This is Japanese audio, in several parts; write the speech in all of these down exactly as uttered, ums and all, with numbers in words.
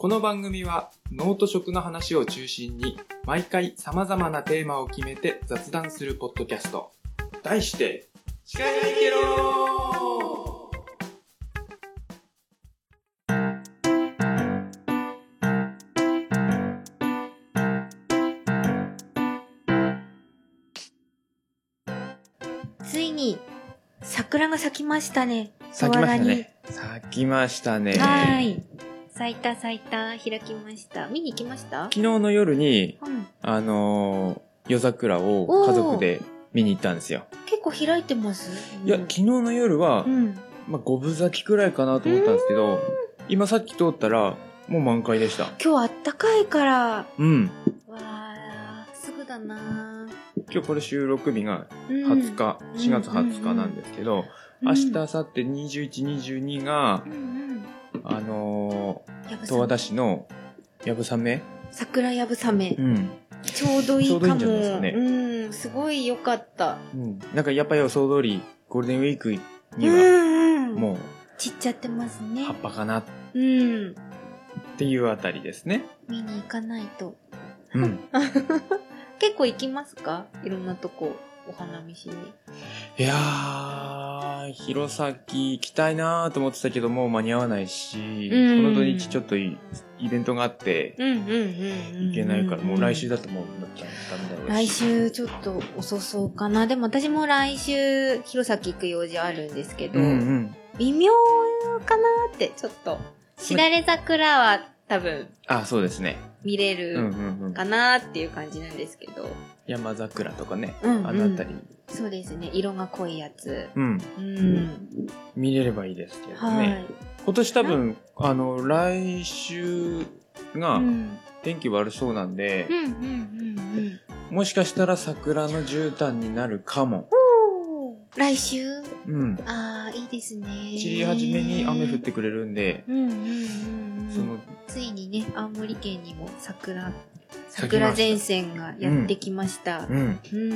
この番組は脳と食の話を中心に毎回様々なテーマを決めて雑談するポッドキャスト。題して、近いけろついに桜が咲きましたね。 咲きましたね。咲きましたね。 はい。咲いた咲いた、開きました。見に行きました？ 昨日の夜に、 うん、 あのー、夜桜を家族で見に行ったんですよ。 結構開いてます？ いや、昨日の夜は、うん、まあ、五分咲きくらいかなと思ったんですけど、今さっき通ったら、もう満開でした。 今日あったかいから。 うん。 わー、すぐだな。 今日これ収録日がはつか、うん、しがつはつかなんですけど、うん、明日、明後日にじゅういち、にじゅうにが、うんうん、あのー、十和田市のやぶさめ桜やぶさめ、 うん、 ちょうどいいかも。 ちょうどいいんじゃないですかね。 うん、すごい良かった。 うん、なんかやっぱり予想通りゴールデンウィークにはもう散っちゃってますね。 葉っぱかな、 うん、 っていうあたりですね。 見に行かないと。 うん。 結構行きますか？いろんなとこお花見しに。 いやー、弘前行きたいなーと思ってたけどもう間に合わないし、この土日ちょっとイベントがあって行けないから、もう来週だともうだったらダメだろうし。 来週ちょっと遅そうかな。でも私も来週弘前行く用事あるんですけど、うんうん、微妙かなーってちょっと。しだれ桜は多分あ、そうですね。 見れるかなっていう感じなんですけど、うんうんうん、 山桜とかね、 うんうん、 あのあたり。 そうですね。色が濃いやつ。 うん。うん、見れればいいですけどね。はい、今年多分あの来週が天気悪そうなんで、うんうんうんうんうん、もしかしたら桜の絨毯になるかも。 来週？ うん。 ああ、いいですね。 散り始めに雨降ってくれるんで、 うんうんうんうん、そのついにね、青森県にも桜、桜前線がやってきました。うん。うん。うん、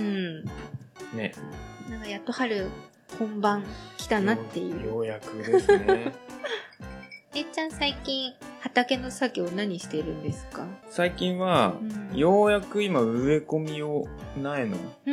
ね。 なんかやっと春本番来たなっていう。 ようやくですね。 えっちゃん最近畑の作業何してるんですか？ 最近は、うん、ようやく今植え込みを苗の、うんうん、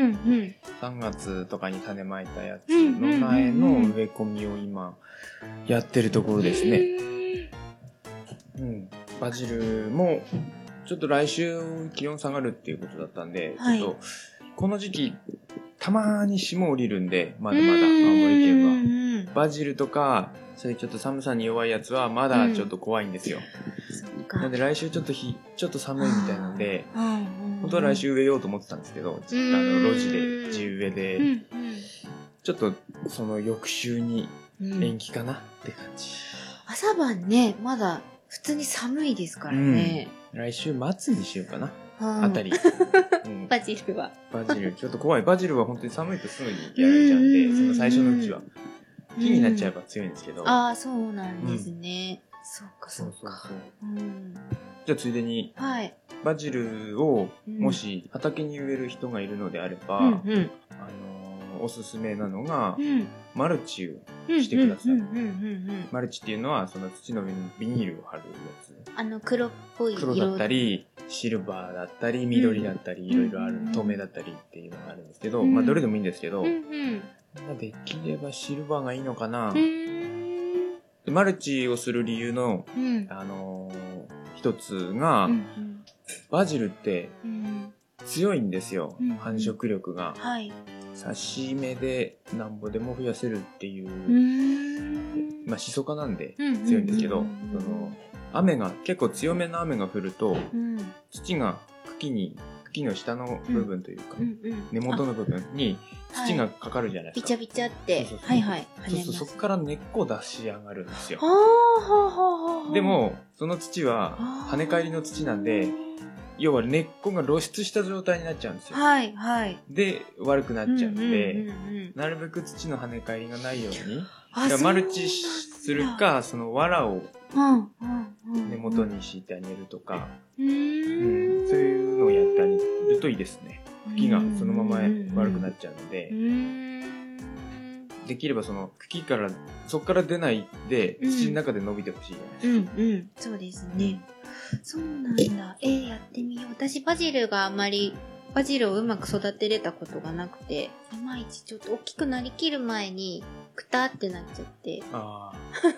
さんがつとかに種まいたやつの苗の植え込みを今やってるところですね。うん、バジルもちょっと来週気温下がるっていうことだったんで、はい、ちょっとこの時期たまに霜降りるんで、まだまだ青森県はバジルとかそういうちょっと寒さに弱いやつはまだちょっと怖いんですよ。うん、なんで来週ちょっと日ちょっと寒いみたいなんで、本当は来週植えようと思ってたんですけど、あの路地で地植えで、うんうん、ちょっとその翌週に延期かなって感じ。 うん、朝晩ねまだ普通に寒いですからね。 うん、来週末にしようかな。あたり、 うん。バジルは。 バジルちょっと怖い。バジルは本当に寒いとすぐにやられちゃうんで、その最初のうちは。木になっちゃえば強いんですけど。 ああ、そうなんですね。うん、そうか、そうか。そうそうそう、 うん、じゃあついでに、はい、バジルをもし畑に植える人がいるのであれば、うんうん、あのー、おすすめなのが、うん、マルチをしてください。マルチっていうのはその土の上にビニールを貼るやつ。 あの黒っぽい色。 黒だったり、シルバーだったり、緑だったり、うん、いろいろある、透明だったりっていうのがあるんですけど、うん、まあどれでもいいんですけど、うんうんまあ、できればシルバーがいいのかな。でマルチをする理由の、うん、あのー、一つが、うんうん、バジルって強いんですよ、うんうん、繁殖力が、はい、刺し目でなんぼでも増やせるっていう、まあシソ科なんで強いんですけど、その雨が結構強めの雨が降ると、うん、土が茎に茎の下の部分というか、うんうんうん、根元の部分に土がかかるじゃないですか。 はい、ビチャビチャって、そうそうそうはいはい。 そうそう、そこから根っこ出し上がるんですよ。 はははでも、その土は跳ね返りの土なんで、要は根っこが露出した状態になっちゃうんですよ。 はいはい。 で、悪くなっちゃうんで、うんうんうんうん、なるべく土の跳ね返りがないように、だマルチするか、その藁を根元に敷いてあげるとか、うんうん、そういうのをやってあげるといいですね。茎がそのまま悪くなっちゃうので、 できればその茎から、そこから出ないで、土の中で伸びてほしいじゃないですか。うん、うん、そうですね。そうなんだ。えー、やってみよう。私、バジルがあまり、バジルをうまく育てれたことがなくて、いまいちちょっと大きくなりきる前に、くたってなっちゃって。あ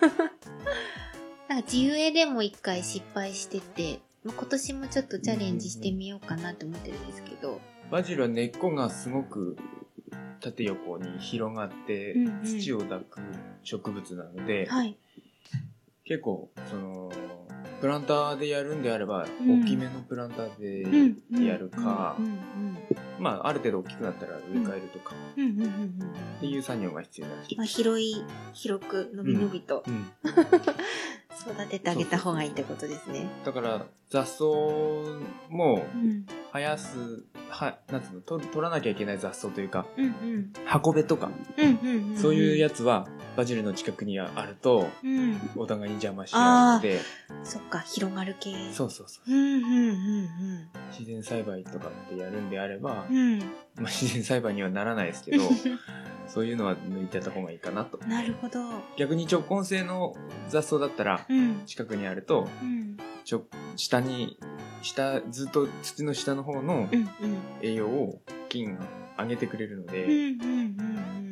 なんか地植えでも一回失敗してて、まあ、今年もちょっとチャレンジしてみようかなと思ってるんですけど。 バジルは根っこがすごく縦横に広がって土を抱く植物なので、うんうんはい、結構そのプランターでやるんであれば、うん、大きめのプランターでやるか、まあある程度大きくなったら植え替えるとかっていう作業が必要だし、 まあ、広い広く伸び伸びと、うんうん育ててあげた方がいいってことですね。 だから雑草も生やす、うん、はなんつうの取取らなきゃいけない雑草というか、うんうん、箱辺とか、うんうんうんうん、そういうやつはバジルの近くにあると、うん、お互いに邪魔し合うので、 そっか広がる系。 そうそうそう。うんうんうんうん、自然栽培とかってやるんであれば、うんまあ、自然栽培にはならないですけど。そういうのは抜いてた方がいいかなと。 なるほど。 逆に直根性の雑草だったら、うん、近くにあると、うん、ちょ下に下ずっと土の下の方の栄養を菌が上げてくれるので、うんうんうんうん、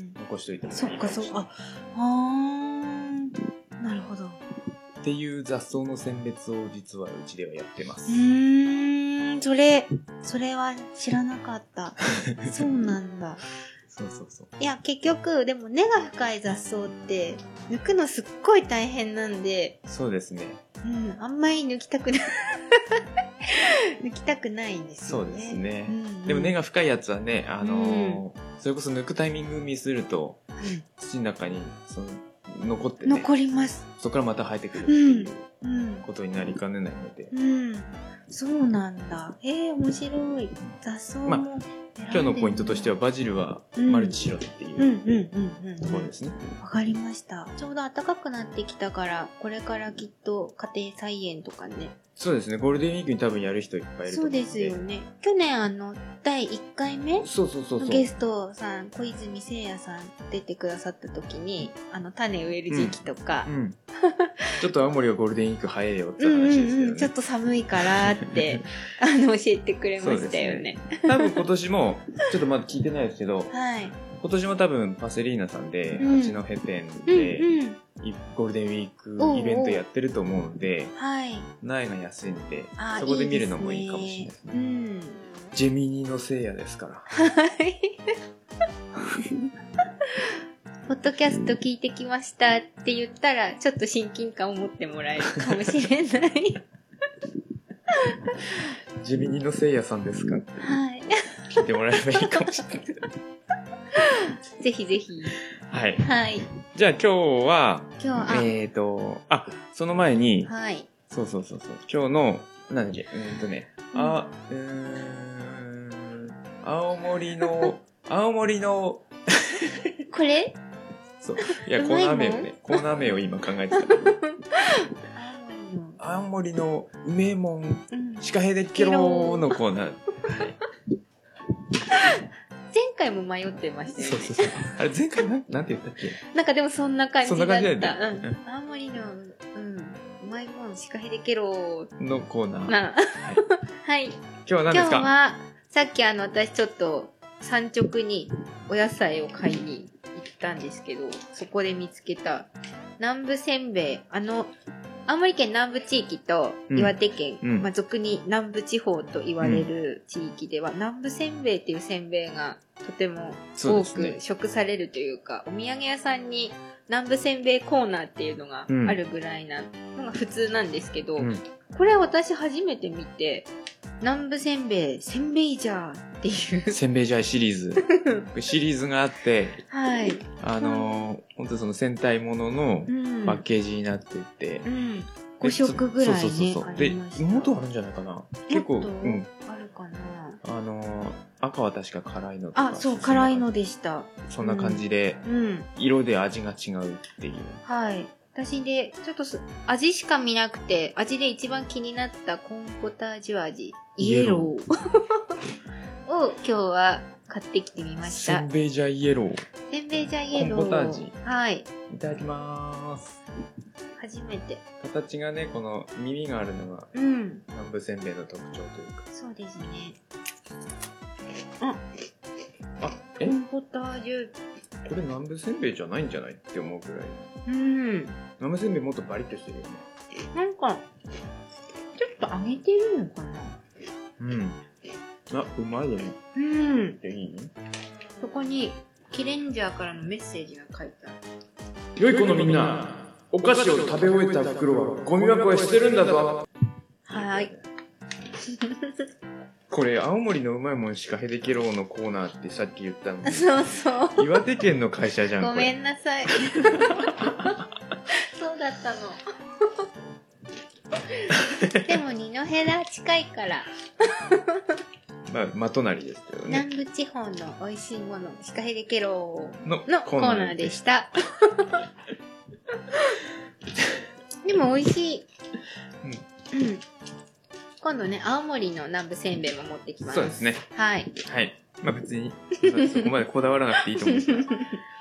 残しといてもいいかもしれない。そっかそっか。ああなるほど。 っていう雑草の選別を実はうちではやってます。 うーんそれそれは知らなかった。そうなんだ。 そうそうそう。 いや、結局、でも根が深い雑草って、抜くのすっごい大変なんで。 そうですね。 うん、あんまり抜きたくない。抜きたくないんですよね。 そうですね。うんうん、でも根が深いやつはね、あのーうん、それこそ抜くタイミングミスると、うん、土の中に、その、残ってね。 残ります。 そこからまた生えてくるっていうことになりかねないので。 うん。うん、そうなんだ。えー、面白い。雑草も。まあ今日のポイントとしてはバジルはマルチしろっていうところですね。 わかりました。ちょうど暖かくなってきたからこれからきっと家庭菜園とかね。 そうですね。ゴールデンウィークに多分やる人いっぱいいると思うので。 そうですよね。去年あのだいいっかいめそうそうそうそうゲストさん小泉誠也さん出てくださった時にあの種植える時期とか、うんうん、 ちょっと青森はゴールデンウィーク早いよって話ですよね。うんうん、 ちょっと寒いからってあの教えてくれましたよね。 ね多分今年もちょっとまだ聞いてないですけど、はい、今年も多分パセリーナさんで、うん、八戸店で、うんうんゴールデンウィークイベントやってると思うので、はい、苗が安いのでそこで見るのもいいかもしれないですね。いいですね、うん、ジェミニのせいやですから。はいポッドキャスト聞いてきましたって言ったらちょっと親近感を持ってもらえるかもしれない。 ジェミニのせいやさんですか。はい。聞いてもらえばいいかもしれない。 ぜひぜひ。 はい。はい。じゃあ今日は、今日えっ、ー、と、あ、その前に、はい。そうそうそうそう。今日の、なんだっけ、えっ、ー、とね、うん、あ、うーん、青森の、青森の、 これそう。いや、コーナー名をね、コーナー名を今考えてた。青森のうめえもん、シカヘデケローのコーナー。 前回も迷ってましたよね。そうそうそう。 あれ前回なん、なんて言ったっけ？ なんかでもそんな感じだった。そんな感じだった。 うん。 青森の、うん、うまいもん、シカヘデケローのコーナー。 な。はい。はい。今日は何ですか？ 今日は、さっきあの、私ちょっと、産直にお野菜を買いに行ったんですけど、そこで見つけた、南部せんべい、あの、青森県南部地域と岩手県、うんまあ、俗に南部地方と言われる地域では、うん、南部せんべいっていうせんべいがとても多く食されるというか、お土産屋さんに南部せんべいコーナーっていうのがあるぐらいなのが普通なんですけど、うん、これ私初めて見て、南部せんべい、せんべいじゃーっていう。 せんべいじゃーシリーズ。シリーズがあって、はい。あのー、本当その戦隊もののパッケージになってて、うん。 ご色ぐらいね。そうそうそう。 で、妹あるんじゃないかな。結構、うん。 あるかな。 あのー、赤は確か辛いのとか。あ、そう、辛いのでした。 そんな感じで、うん。色で味が違うっていう。 はい。私で、ちょっと味しか見なくて、味で一番気になったコーンポタージュ味、イエローを今日は買ってきてみました。 せんべいジャイエロー。 せんべいジャイエロー。 コーンポタージ。 はい。 いただきまーす。 初めて。 形がね、この耳があるのが、 うん。 南部せんべいの特徴というか。 そうですね。あ、 あ、えコーンポタージュ。 これ南部せんべいじゃないんじゃないって思うくらい。 うん。 南部せんべいもっとバリッとしてるよね。 なんか、ちょっと揚げてるのかな。 うん。あ、うまいよね。 うん。 いい？ そこに、キレンジャーからのメッセージが書いてある。 良い子のみんな、お菓子を食べ終えた袋はゴミ箱へ捨てるんだぞ。 はい。 これ、青森のうまいもんしかへでけろうのコーナーってさっき言ったの。 そうそう。 岩手県の会社じゃん。 ごめんなさい。そうだったの。でも二戸田近いから。 まあ、まとなりですけどね。 南部地方の美味しいものシカヘデケロののコーナーでした。でも美味しい。うん。うん。今度ね、青森の南部せんべいも持ってきます。 そうですね。 はい。 はい。まあ別に、そこまでこだわらなくていいと思うんですけど。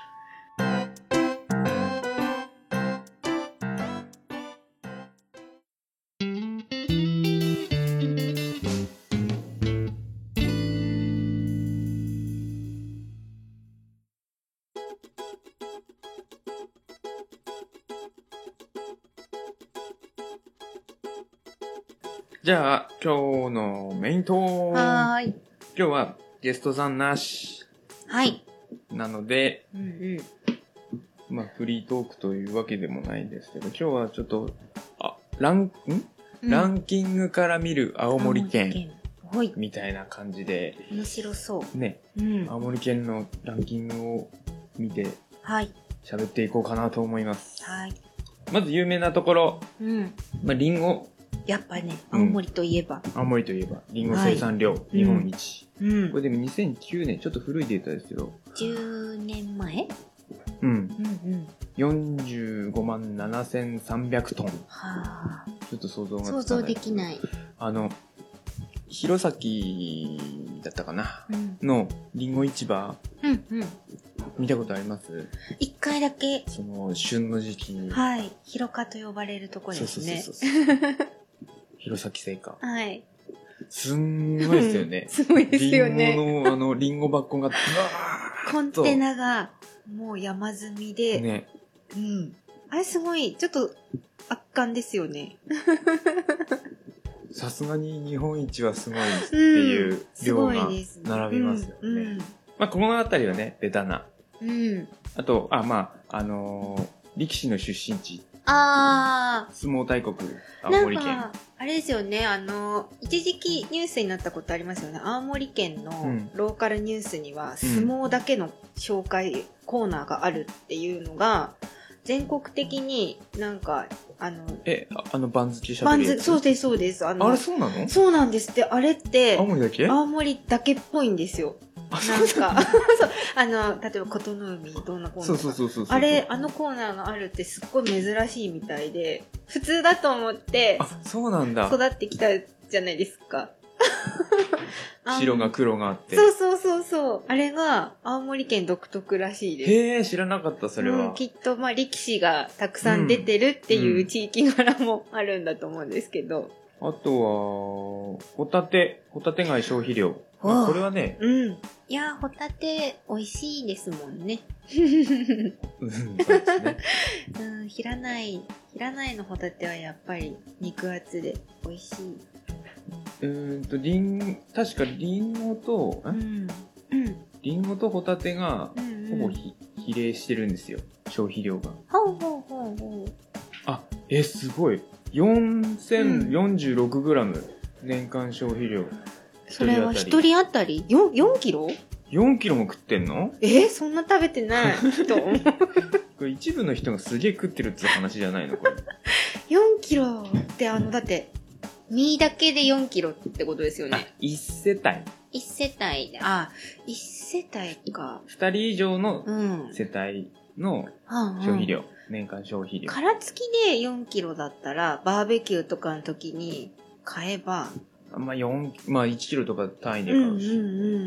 じゃあ、今日のメイントーク。 はーい。 今日はゲストさんなし。 はい。 なので、 うんうん。 まあフリートークというわけでもないんですけど、今日はちょっと、あ、ラン、ん、うん、ランキングから見る青森県。はい。みたいな感じで。 面白そう。 ね。うん。青森県のランキングを見て。はい。喋っていこうかなと思います。はい。まず有名なところ。うん。まあリンゴ。 やっぱね、青森といえば。 うん、青森といえば、リンゴ生産量、はい、日本一、うん。これでもにせんきゅうねん、ちょっと古いデータですけど。 じゅうねんまえうん。うんうん。よんじゅうごまんななせんさんびゃくトン。はあ。ちょっと想像がつかない。 想像できない。 あの、弘前だったかな、うん、のリンゴ市場。うんうん。見たことあります？ 一回だけ。 その、旬の時期に。 はい。広化と呼ばれるとこですね。そうそうそうそう。 弘前製菓。 はい。 すんごいですよね。 すごいですよね。 リンゴの、あの、リンゴ箱が、 コンテナが、もう山積みで。ね。うん。あれすごい、ちょっと、圧巻ですよね。 さすがに日本一はすごいっていう量が並びますよね。うんうん、まあ、この辺りはね、ベタな。うん。あと、あ、まあ、あのー、力士の出身地。ああ。相撲大国、青森県。なんか、 あれですよね、あの、一時期ニュースになったことありますよね。青森県のローカルニュースには、相撲だけの紹介コーナーがあるっていうのが、全国的になんか、あの、 え、あ, あの番付しゃべるやつ？ そうです、そうです。 あの、あれそうなの？ そうなんですって。あれって、 青森だけ？ 青森だけっぽいんですよ。なんか、そう、あの、例えば、琴の海、どんなコーナーそうそうそうそう。 あれ、あのコーナーがあるってすっごい珍しいみたいで、普通だと思って、 あ、そうなんだ。 育ってきたじゃないですか。 白が黒があって。 そうそうそうそう。あれが、青森県独特らしいです。 へえ、知らなかった、それは。 うん、きっと、まあ、力士がたくさん出てるっていう地域柄もあるんだと思うんですけど。 あとは、ホタテ、ホタテ貝消費量。まあ、これはね。 うん。いや、ホタテ美味しいですもんね。 うん、そうですね。 うん、平内、平内のホタテはやっぱり肉厚で美味しい。 うーんと、リン、確かリンゴと、うん。うん。リンゴとホタテが、ほぼひ、うんうん、比例してるんですよ。消費量が。 ほうほうほうほう。 あ、え、すごい。よんせんよんじゅうろくグラム、うん、年間消費量。 それは一人当たり 4, 4キロ ?よん キロも食ってんの？ えー、そんな食べてないと思う。 これ一部の人がすげえ食ってるって話じゃないのこれ。 よんキロってあの、だって、身だけでよんキロってことですよね。 あ、いち世帯。 いち世帯で、あ、いち世帯か。 ふたり以上の世帯の消費量、うんうん、年間消費量。 殻付きでよんキロだったら、バーベキューとかの時に買えば、 まあ、よん、まあいちキロとか単位で買うし。うんうんうん。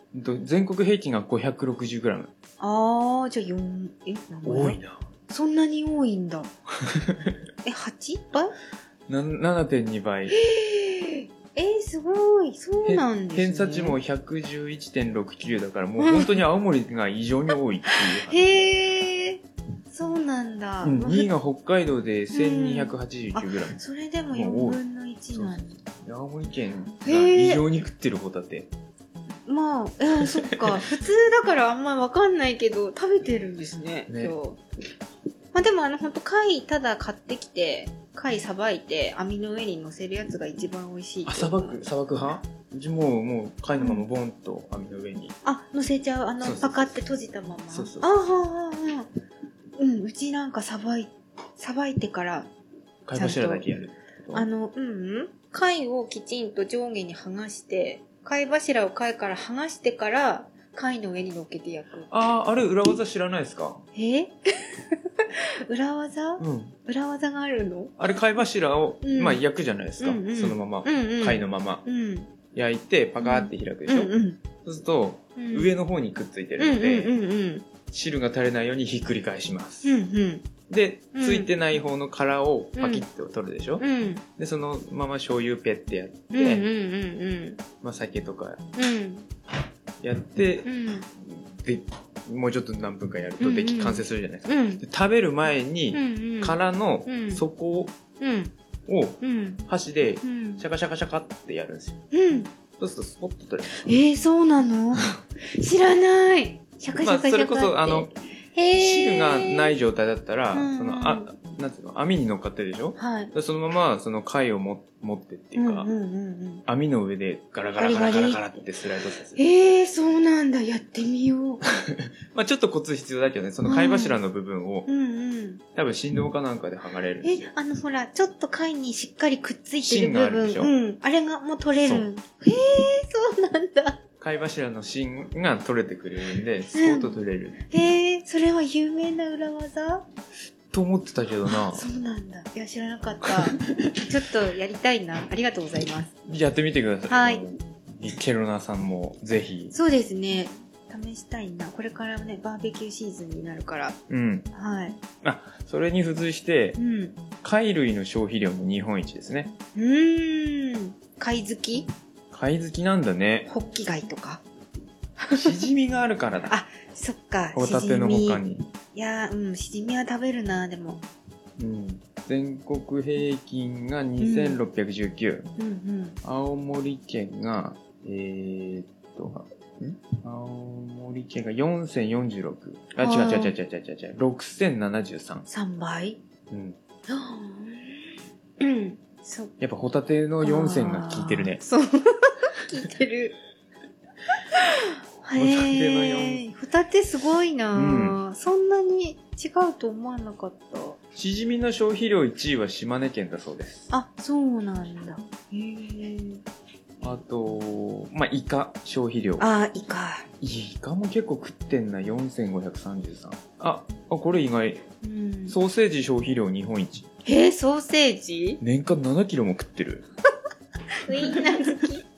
全国平均が ごひゃくろくじゅうグラム。 ああ、じゃあよん、え、何倍？ 多いな。 そんなに多いんだ。え、はちばい？ な ななてんに 倍。 えー、すごい。そうなんですね。 偏差値も ひゃくじゅういちてんろくきゅう だから、もう本当に青森が異常に多いっていう。 へー。そうなんだ。 うん、にいが北海道で せんにひゃくはちじゅうきゅうグラム。 それでもよんぶんのいちなんだ。 青森県が異常に食ってるホタテ。 まあ、えー、そっか。普通だからあんまわかんないけど、食べてるんですね、ね今日。まあでもあの、ほんと貝ただ買ってきて、貝さばいて網の上に乗せるやつが一番美味しい。 あ、さばく、さばく派？うちもう、もう貝のままボンと網の上に。 あ、乗せちゃう。あの、そうそうそうパカって閉じたまま。 そうそうそう。 あははは。うん、うちなんかさばい、さばいてから。 貝柱だけやる。 あの、うん、うん。貝をきちんと上下に剥がして、貝柱を貝から剥がしてから、貝の上に乗っけて焼く。 ああ、あれ裏技知らないですか？ え裏技？ うん。 裏技があるの？ あれ貝柱を、うん、まあ焼くじゃないですか。 うんうん、 そのまま、 うんうん、 貝のまま、 うん、 焼いてパカーって開くでしょ、うんうん、そうすると、うん、上の方にくっついてるので、うんうんうん、汁が垂れないようにひっくり返します。うんうん、で、ついてない方の殻をパキッと取るでしょ、うん、で、そのまま醤油ペッてやって、うんうんうんうん、まあ酒とかやって、うん、で、もうちょっと何分かやるとでき、うんうん、完成するじゃないですか。うん、で食べる前に、うんうん、殻の底を、を箸でシャカシャカシャカってやるんですよ。うん、そうするとスポッと取れます。 えー、そうなの？知らない。シャカシャカシャカって。まあ、 それこそ、あの、汁がない状態だったら、その、あ、なんていうの、網に乗っかってるでしょ？はい。そのまま、その貝をも持ってっていうか、うんうんうんうん、網の上でガラガラガラガラガラってスライドさせる。 ええー、そうなんだ。やってみよう。 まあちょっとコツ必要だけどね、その貝柱の部分を、うんうんうん、多分振動かなんかで剥がれるんですよ。 え、あのほら、ちょっと貝にしっかりくっついてる部分。芯があるでしょ？うん。あれがもう取れる。へえー、そうなんだ。 貝柱の芯が取れてくれるんで、スポッと取れる。 うん、へえー、それは有名な裏技？ と思ってたけどな。 そうなんだ。いや、知らなかった。ちょっとやりたいな。ありがとうございます。 やってみてください。はい。 ケロナさんもぜひ。 そうですね。試したいな。これからね、バーベキューシーズンになるから。 うん。 はい。 あ、それに付随して、うん、貝類の消費量も日本一ですね。 うーん。貝好き？ 貝好きなんだね。 ホッキ貝とか。 シジミがあるからだ。 あ、そっか。 ホタテの他に。 いやー、うん、シジミは食べるな、でも。 うん。全国平均がにせんろっぴゃくじゅうきゅう。うんうん、青森県が、えー、っと、ん青森県がよんせんよんじゅうろく。あ、違う違う違う違う違う違う。ろくせんななじゅうさん。 さんばい？ うん。 うん。そう。 やっぱホタテのよんせんが効いてるね。 そう。効いてる。ホタテのよん。ホタテすごいな、うん、そんなに違うと思わなかった。 シジミの消費量いちいは島根県だそうです。 あ、そうなんだ。へー。 あと、まあ、イカ消費量。 あ、イカ。 イカも結構食ってんな、よんせんごひゃくさんじゅうさん。あ、あ、これ意外。うん、ソーセージ消費量日本一。 えー、ソーセージ？ 年間ななキロも食ってる。 ウインナー好き。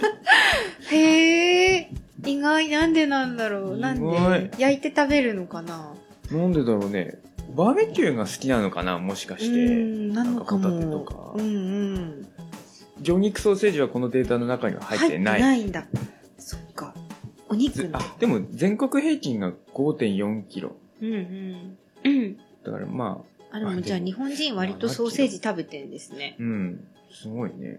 へー。意外。なんでなんだろう。なんで焼いて食べるのかな。 なんでだろうね。バーベキューが好きなのかな、もしかして。うん、 なのかも。 ホタテとか。 うんうん。 魚肉ソーセージはこのデータの中には入ってない。 入ってないんだ。そっか。お肉あ、でも全国平均が ごてんよんキロ。 うんうん。うん。 だからまあ。あ、でもじゃあ日本人割とソーセージ食べてるんですね。 うん。すごいね。 うん。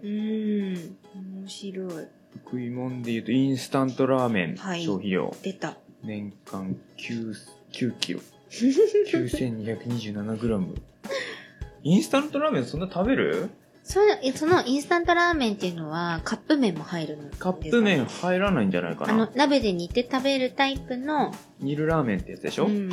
面白い。 食い物で言うとインスタントラーメン消費量。はい、 出た。 年間きゅうキロ。きゅうせんにひゃくにじゅうななグラム。インスタントラーメンそんな食べる？ それ、そのインスタントラーメンっていうのはカップ麺も入るのですか？ カップ麺入らないんじゃないかな。 あの、鍋で煮て食べるタイプの。 煮るラーメンってやつでしょ？ うんうん。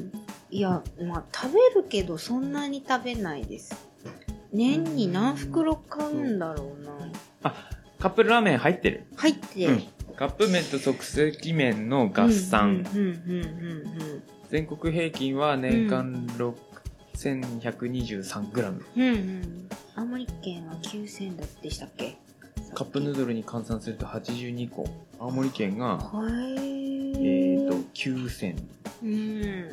いや、まあ食べるけどそんなに食べないです。年に何袋買うんだろうな。 あ、カップラーメン入ってる？ 入ってる。うん、 カップ麺と即席麺の合算。全国平均は年間ろくせんひゃくにじゅうさんグラム。 うんうん。青森県はきゅうせんだってしたっけ？ カップヌードルに換算するとはちじゅうにこ、青森県が、 へー。 えーと、きゅうせん。 うん。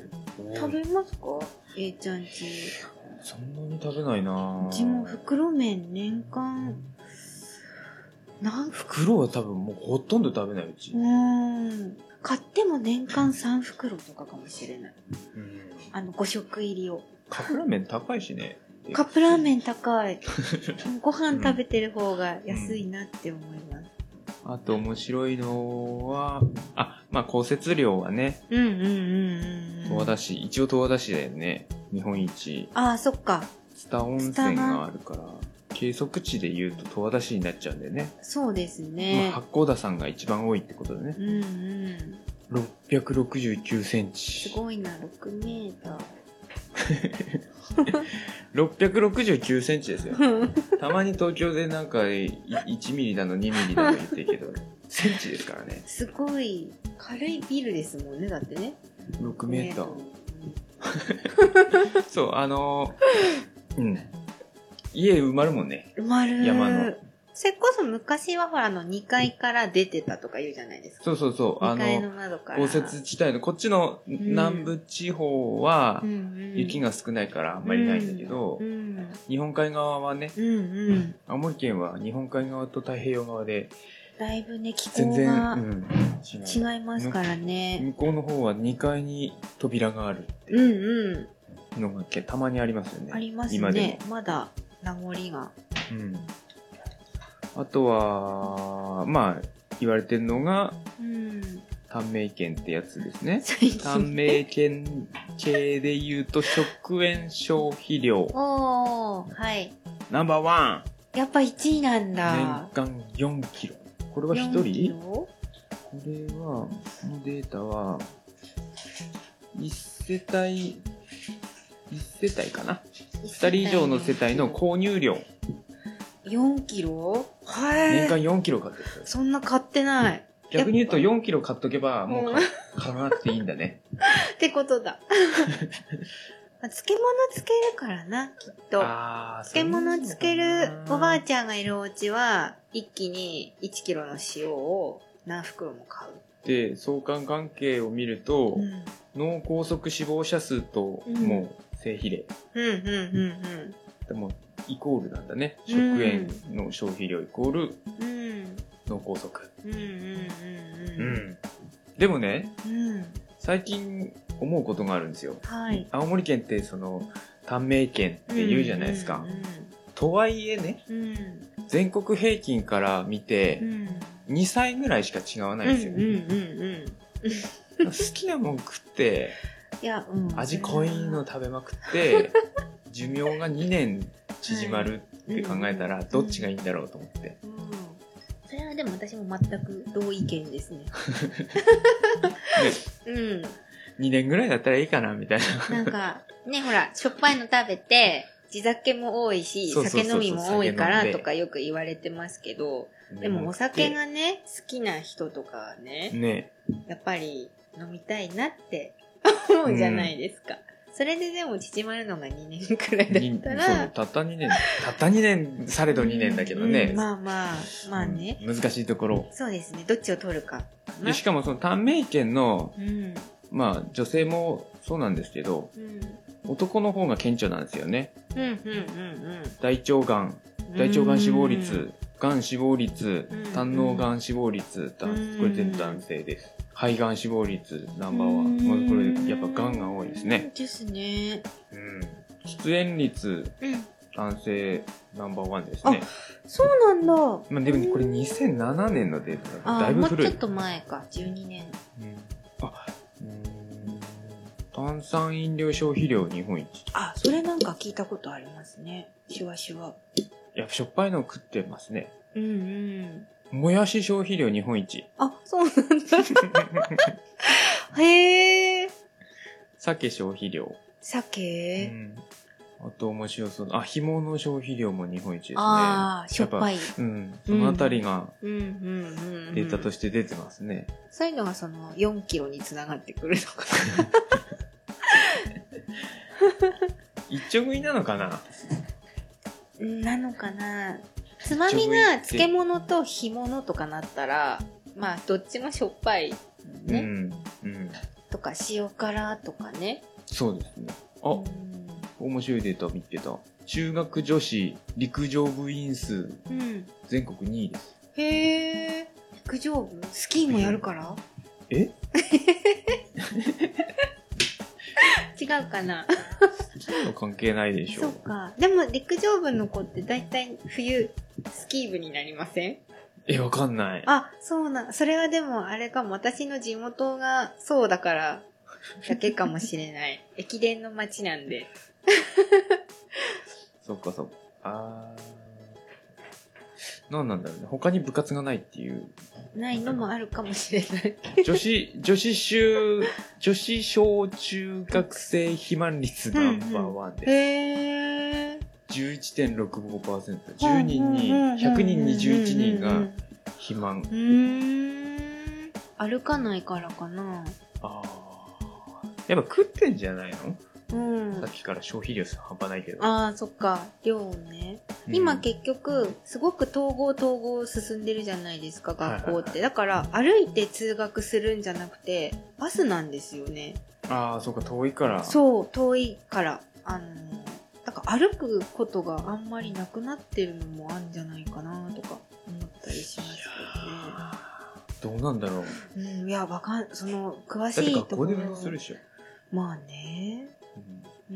食べますか A ちゃんち。 そんなに食べないな。 うちも袋麺年間、何袋は多分もうほとんど食べないうち。 うーん。買っても年間さん袋とかかもしれない。うん、あのご食入りを。 カップラーメン高いしね。 カップラーメン高い。ご飯食べてる方が安いなって思います。 うん、あと面白いのは、あ、まあ降雪量はね。 うんうんうんうん。 十和田市、一応十和田市だよね。日本一。 ああ、そっか。 津田温泉があるから、計測値で言うと十和田市になっちゃうんだよね。 そうですね。 まあ、八甲田山が一番多いってことだね。 うんうん。 ろっぴゃくろくじゅうきゅうセンチ。 すごいな、ろくメーター。 ろっぴゃくろくじゅうきゅうセンチですよ。たまに東京でなんかいちミリだのにミリだの言ってるけど、センチですからね。 すごい軽いビルですもんね、だってね。 ろくメーター。そう、あのー、うん。家埋まるもんね。 埋まる。 山の。 それこそ昔はほらのにかいから出てたとか言うじゃないですか。 そうそうそう。 にかいの窓から。 豪雪地帯の、こっちの南部地方は、雪が少ないからあんまりないんだけど、うんうん、日本海側はね、うんうん、青森県は日本海側と太平洋側で、 だいぶね、気候が、うん、違, 違いますからね。 向こうの方はにかいに扉があるっていうのがたまにありますよね。 ありますね。今でもまだ名残が。 うん。あとは、まあ、言われてるのが、うん、短命県ってやつですね。短命県系で言うと、食塩消費量。 おー、はい。 ナンバーワン。やっぱいちいなんだ。 年間よんキロ。これはひとり？これは、このデータは、いち世帯、いち世帯かな。ふたり以上の世帯の購入量。 よんキロ？はい。 年間よんキロ買ってる。 そんな買ってない。 逆に言うとよんキロ買っとけば、もう買わなくていいんだね。 ってことだ。漬物つけるからな、きっと。あ漬物つけるおばあちゃんがいるお家は、一気にいちキロの塩を何袋も買う。 で、相関関係を見ると、うん、脳梗塞死亡者数ともう正比例。うん、うん、うん、うん。でもイコールなんだね。食塩の消費量イコール脳梗塞。うんうんうんうん。でもね、うん、最近思うことがあるんですよ。はい、青森県ってその短命県って言うじゃないですか。うんうんうん、とはいえね、うん、全国平均から見て、うん、にさいぐらいしか違わないんですよ。うんうんうんうん、好きなもん食って、いやうん、味濃いの食べまくって、寿命がにねん縮まるって考えたら、どっちがいいんだろうと思って。うんうん、 それはでも私も全く同意見ですね。ねうん。にねんぐらいだったらいいかなみたいな。 なんか、ね、ほら、しょっぱいの食べて、地酒も多いし、酒飲みも多いからとかよく言われてますけど、でもお酒がね、好きな人とかはね、ねやっぱり飲みたいなって思うじゃないですか。うん、それででも縮まるのがにねんくらいだったら。 そう、たったにねん。たったにねん、されどにねんだけどね。 うんうん、まあまあ、まあね、 うん。難しいところ。 そうですね。どっちを取るか。 でしかもその短命県の、うん、まあ女性もそうなんですけど、うん、男の方が顕著なんですよね。うんうんうんうん、大腸がん、大腸がん死亡率、がん死亡率、胆のうがん死亡率、これ全部男性です。肺がん死亡率ナンバーワン。まあ、これやっぱがんが多いですね。 ですね。 うん。出演率、うん、男性ナンバーワンですね。 あ、そうなんだ。 まあでもこれにせんななねんのデータだいぶ古い。 もうちょっと前か、じゅうにねん。うん、あ、 うーん、炭酸飲料消費量日本一。 あ、それなんか聞いたことありますね。シュワシュワ。 やっぱしょっぱいの食ってますね。 うんうん。 もやし消費量日本一。 あ、そうなんだ。へえ。 鮭消費量。 鮭、うん、 あと面白そう。あ、干物消費量も日本一ですね。 ああ、しょっぱい。 うん。そのあたりがデータとして出てますね。 そういうのがそのよんキロにつながってくるのかな。 一丁食いなのかな？ なのかな。 つまみが漬物と干物とかなったら、まあどっちもしょっぱいね。うん。うん。とか塩辛とかね。 そうですね。あ、うん、面白いデータ見つけた。中学女子陸上部員数、うん、全国にいです。 へえ。陸上部？スキーもやるから？ え？ 違うかな。 スキーは関係ないでしょ。 そうか。でも陸上部の子って大体冬スキー部になりません？ え、わかんない。 あ、そうな。それはでもあれかも。私の地元がそうだからだけかもしれない。駅伝の街なんで。 そっかそっか。あー。なんなんだろうね。他に部活がないっていう。 ないのもあるかもしれない。 女子、女子中、女子小中学生肥満率ナンバーワンです。うんうん、へー。じゅういちてんろくごパーセント。じゅうにんに、ひゃくにんにじゅういちにんが肥満。うーん。歩かないからかな。 ああ。やっぱ食ってんじゃないの？うん、さっきから消費量半端ないけど。 ああ、そっか。量ね。うん、今結局、すごく統合統合進んでるじゃないですか、学校って。はいはいはい、だから、歩いて通学するんじゃなくて、バスなんですよね。 ああ、そっか、遠いから。 そう、遠いから。あの、だから歩くことがあんまりなくなってるのもあるんじゃないかなとか思ったりしますけどね。どうなんだろう。うん、いや、わかん、その、詳しいところ。 だって学校で勉強するでしょ。 まあね。うん。うん。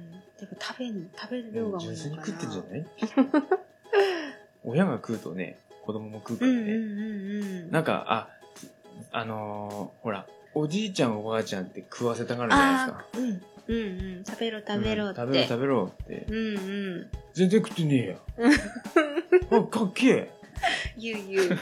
でも食べん、食べる量が多いのかな。純粋に食ってんじゃない親が食うとね、子供も食うからね。うんうんうんうん。なんか、あ、あのー、ほら、おじいちゃんおばあちゃんって食わせたがるじゃないですか。 うん。うんうん。食べろ食べろって。 うん、食べろ食べろって。うんうん。全然食ってねえや。あ、かっけえ。 言う言う。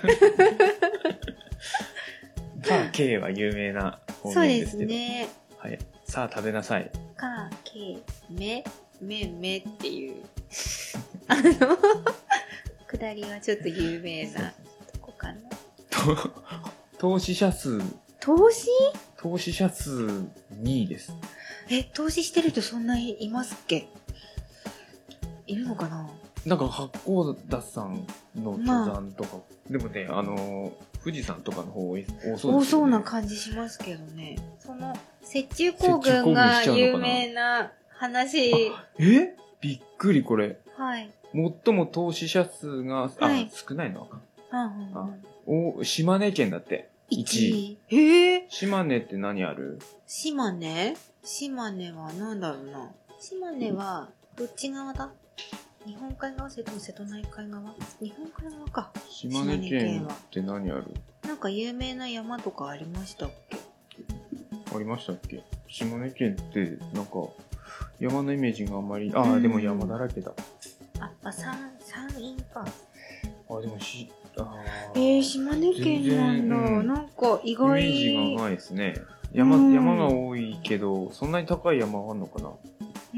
かっけえは有名な方言ですけど。そうですね。はい。さあ食べなさい。 かけめめめっていうあのくだりはちょっと有名なとこかな。 投資者数。 投資？ 投資者数にいです。 え、投資してる人そんなにいますっけ？いるのかな？ なんか八甲田山の登山とか、まあ、でもね、あの富士山とかの方多そうですよね。 多そうな感じしますけどね。その雪中行軍が有名な話。 え？びっくりこれ。 はい。 最も投資者数が、あ、はい、少ないのか。あ、お、島根県だって。いちい。 へえ。 島根って何ある？ 島根？島根は何だろうな。島根はどっち側だ？日本海側、それとも瀬戸内海側？日本海側か。 島根県って何ある？ なんか有名な山とかありましたっけ？ ありましたっけ？島根県ってなんか山のイメージがあんまり、ああ、でも山だらけだ。 あ、あ、山、山陰か。 あ、でもし、あえー、島根県なんだ。うん、なんか意外。 イメージがないですね。山、うん、山が多いけど、そんなに高い山あんのかな？うん。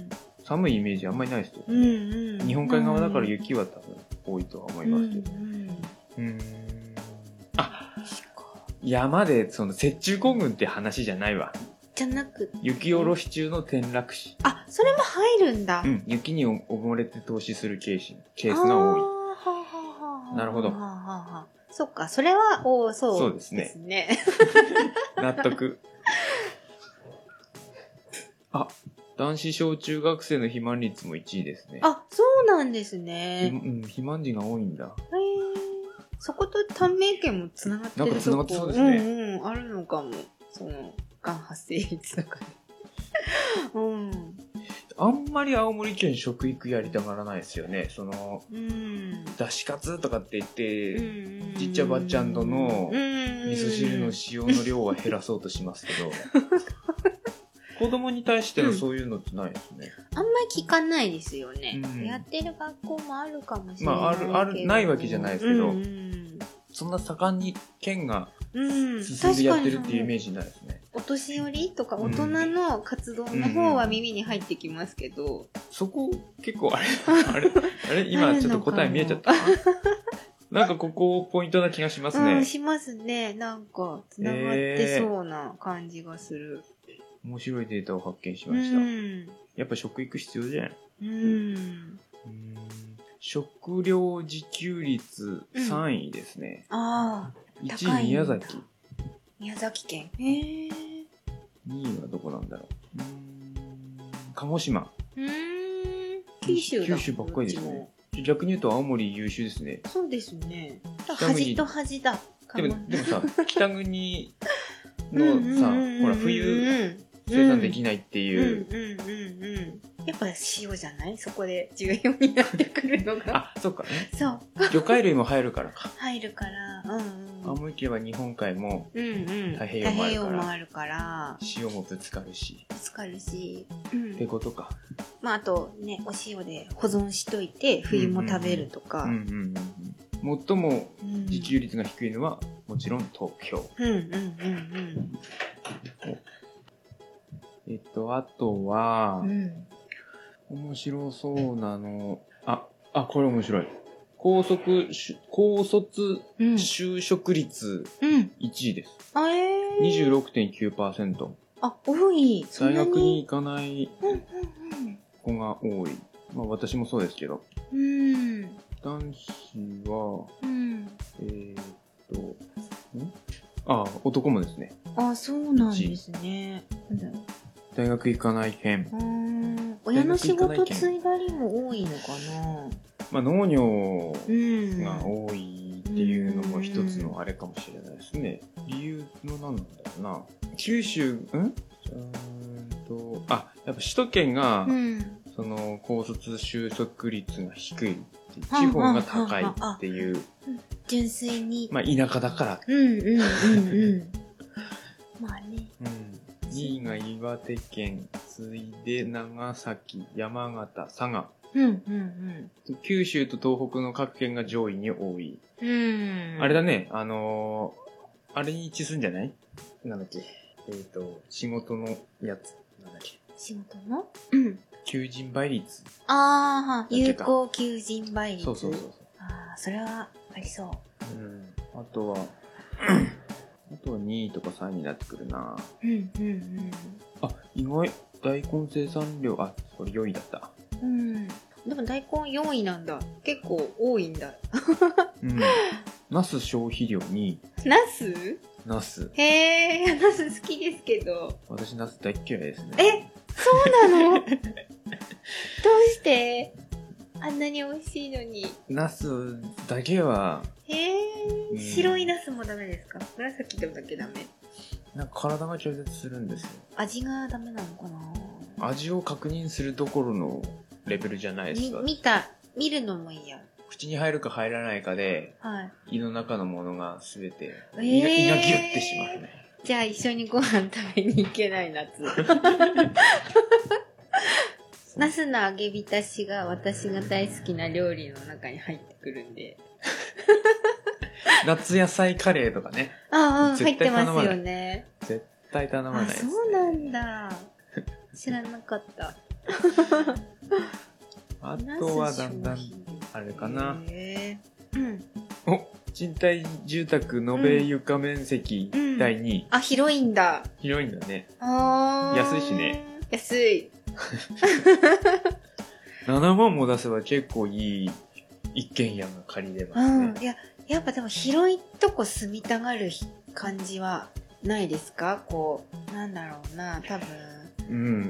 寒いイメージあんまりないですよ、ね。うんうん。日本海側だから雪は多分多いとは思いますけど。うん、うん。うーん。あ、山でその雪中行軍って話じゃないわ。 じゃなく雪下ろし中の転落死。 あ、それも入るんだ。 うん。雪に溺れて投資するケース、ケースが多い。なるほど。はははそっか、それは、おそう。 そうですね。ですね納得。あ、男子小中学生の肥満率もいちいですね。 あ、そうなんですね。 うん、肥満児が多いんだ。へえ。 そこと短命県もつながってるとこ。 なんかつながってそうですね。 うんうん、あるのかも。その、がん発生率とかね。うん。 あんまり青森県食育やりたがらないですよね。その、うん、だしカツとかって言って、うん、じっちゃばっちゃんとの味噌汁の塩の量は減らそうとしますけど、子供に対してのそういうのってないですね。 うん、あんまり聞かないですよね。うん、やってる学校もあるかもしれないけど。まあ、ある、 ある、ないわけじゃないですけど、うん、そんな盛んに県が進んでやってるっていうイメージないですね。 お年寄りとか大人の活動の方は耳に入ってきますけど。うんうん、 そこ結構あれ、あれ、あれ今ちょっと答え見えちゃったなんかここポイントな気がしますね。 うん、しますね。なんか繋がってそうな感じがする。 えー、面白いデータを発見しました。うん、やっぱ食育必要じゃない？うん。うん。 食料自給率さんいですね。 うん、ああ。 いちい宮崎。 宮崎県。へえ。 にいはどこなんだろう。うーん鹿児島。 うーん。九州だ。 九州ばっかりですね。逆に言うと青森優秀ですね。 そうですね。端と端だ。 でも、でもさ、北国のさ、ほら、冬生産できないっていう。 うんうんうんうん。やっぱ塩じゃない？そこで重要になってくるのが。 あ、そっかね。 そう。 魚介類も入るからか。 入るから、うんうん。 青森県は日本海も太平洋もあるから、塩もぶつかるし。 ぶつかるし。 うん、ってことか。 まあ、あとね、お塩で保存しといて、冬も食べるとか。 最も自給率が低いのは、もちろん東京。 うんうんうんうん。 えっと、あとは、 うん、 面白そうなの、あ、あ、これ面白い。高速、高卒就職率いちいです。 うんうん、えー、 にじゅうろくてんきゅうパーセント。 あ、多い。 大学に行かない子が多い。まあ私もそうですけど。 うん、 男子は、 うん、 えー、っと、んあ、男もですね。 あ、そうなんですね。 大学行かない県。 親の仕事継いだりも多いのかな。 まあ農業が多いっていうのも一つのあれかもしれないですね。理由の何なんだろうな。九州、んうーんと、あ、やっぱ首都圏が、うん、その高卒就職率が低い。地方が高いっていう。 純粋に。 まあ田舎だから。 うんうんうんうん。まあね。 うん。にいが岩手県、次いで長崎、山形、佐賀。 うんうんうん。 九州と東北の各県が上位に多い。 うん。 あれだね、あのー、あれに位置するんじゃない？なんだっけ。えっ、ー、と、仕事のやつ。なんだっけ。 仕事の？うん。 求人倍率。 ああ、有効求人倍率。 そうそうそうそう。 ああ、それはありそう。 うん。あとは、あとはにいとかさんいになってくるな。 うんうんうん。 あ、意外、大根生産量、あ、これよんいだった。 うん。でも大根よんいなんだ。結構多いんだ。 うん。ナス消費量に。 ナス？ ナス。 へえ、ナス好きですけど。 私ナス大嫌いですね。 え、そうなの？どうしてあんなに美味しいのに。 ナスだけは。 へえ、うん、白いナスもダメですか？紫でもだけダメ？ なんか体が拒絶するんですよ。 味がダメなのかな？ 味を確認するどころのレベルじゃないですか。 見た、見るのもいいや。 口に入るか入らないかで、 はい、 胃の中のものがすべて、 えー、 胃が、胃がギュッてしますね。 じゃあ一緒にご飯食べに行けない夏。ナスの揚げ浸しが私が大好きな料理の中に入ってくるんで。 夏野菜カレーとかね。 ああ、入ってますよね。 絶対頼まないですね。 あ、そうなんだ。知らなかった。 あとはだんだん、あれかな。 へー、うん。 お、賃貸住宅延べ床面積だいにい、うんうん。 あ、広いんだ。 広いんだね。 あー。 安いしね。 安い。 ななまんも出せば結構いい一軒家が借りれますね。 うん。いや、やっぱでも広いとこ住みたがる感じはないですか？こう、なんだろうな、多分。 うん。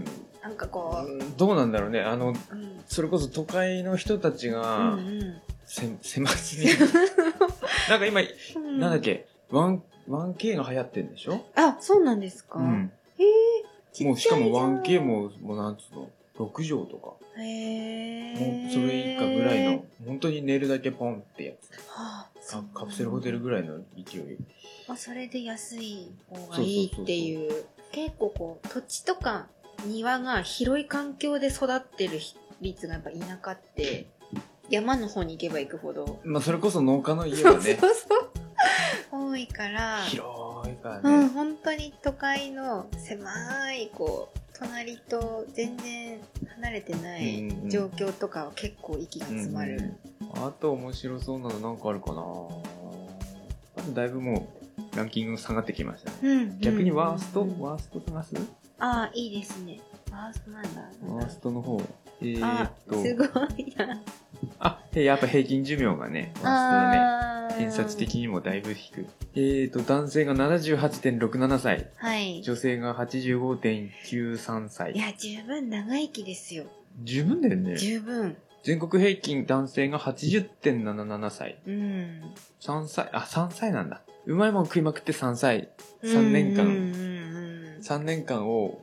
なんかこう、 うん、どうなんだろうね。あの、うん、それこそ都会の人たちが、うんうん、せ狭すぎる。なんか今、うん、なんだっけ、ワン、ワンケー が流行ってんでしょ？ あ、そうなんですか？うん、へー。もうしかも ワンケー も、もうなんつうの、ろくじょうとか。 へー。 もうそれ以下ぐらいの、本当に寝るだけポンってやつ。はあ、カプセルホテルぐらいの勢い。 あ、それで安い方がいいっていう。そうそうそうそう。結構こう、土地とか庭が広い環境で育ってる率がやっぱ田舎って、山の方に行けば行くほど。 まあそれこそ農家の家はね。 そうそうそう。多いから。 広いからね。 うん、本当に都会の狭い、こう、隣と全然離れてない状況とかは結構息が詰まる。 うんうん、あと面白そうなのなんかあるかな。だいぶもうランキング下がってきましたね。うん、逆にワースト、うん、ワースト探す？ ああ、いいですね。ワーストなんだ。 ワーストの方。えー、っと。 すごいな。 あ、やっぱ平均寿命がね、ワーストだね。偏差値的にもだいぶ低い。えーと、男性が ななじゅうはちてんろくなな 歳。はい。女性が はちじゅうごてんきゅうさん 歳。 いや、十分長生きですよ。 十分だよね。 十分。 全国平均男性が はちじゅってんなななな 歳。 うん。 さんさい、あ、さんさいなんだ。うまいもん食いまくってさんさい。さんねんかん。うんうんうん、さんねんかんを、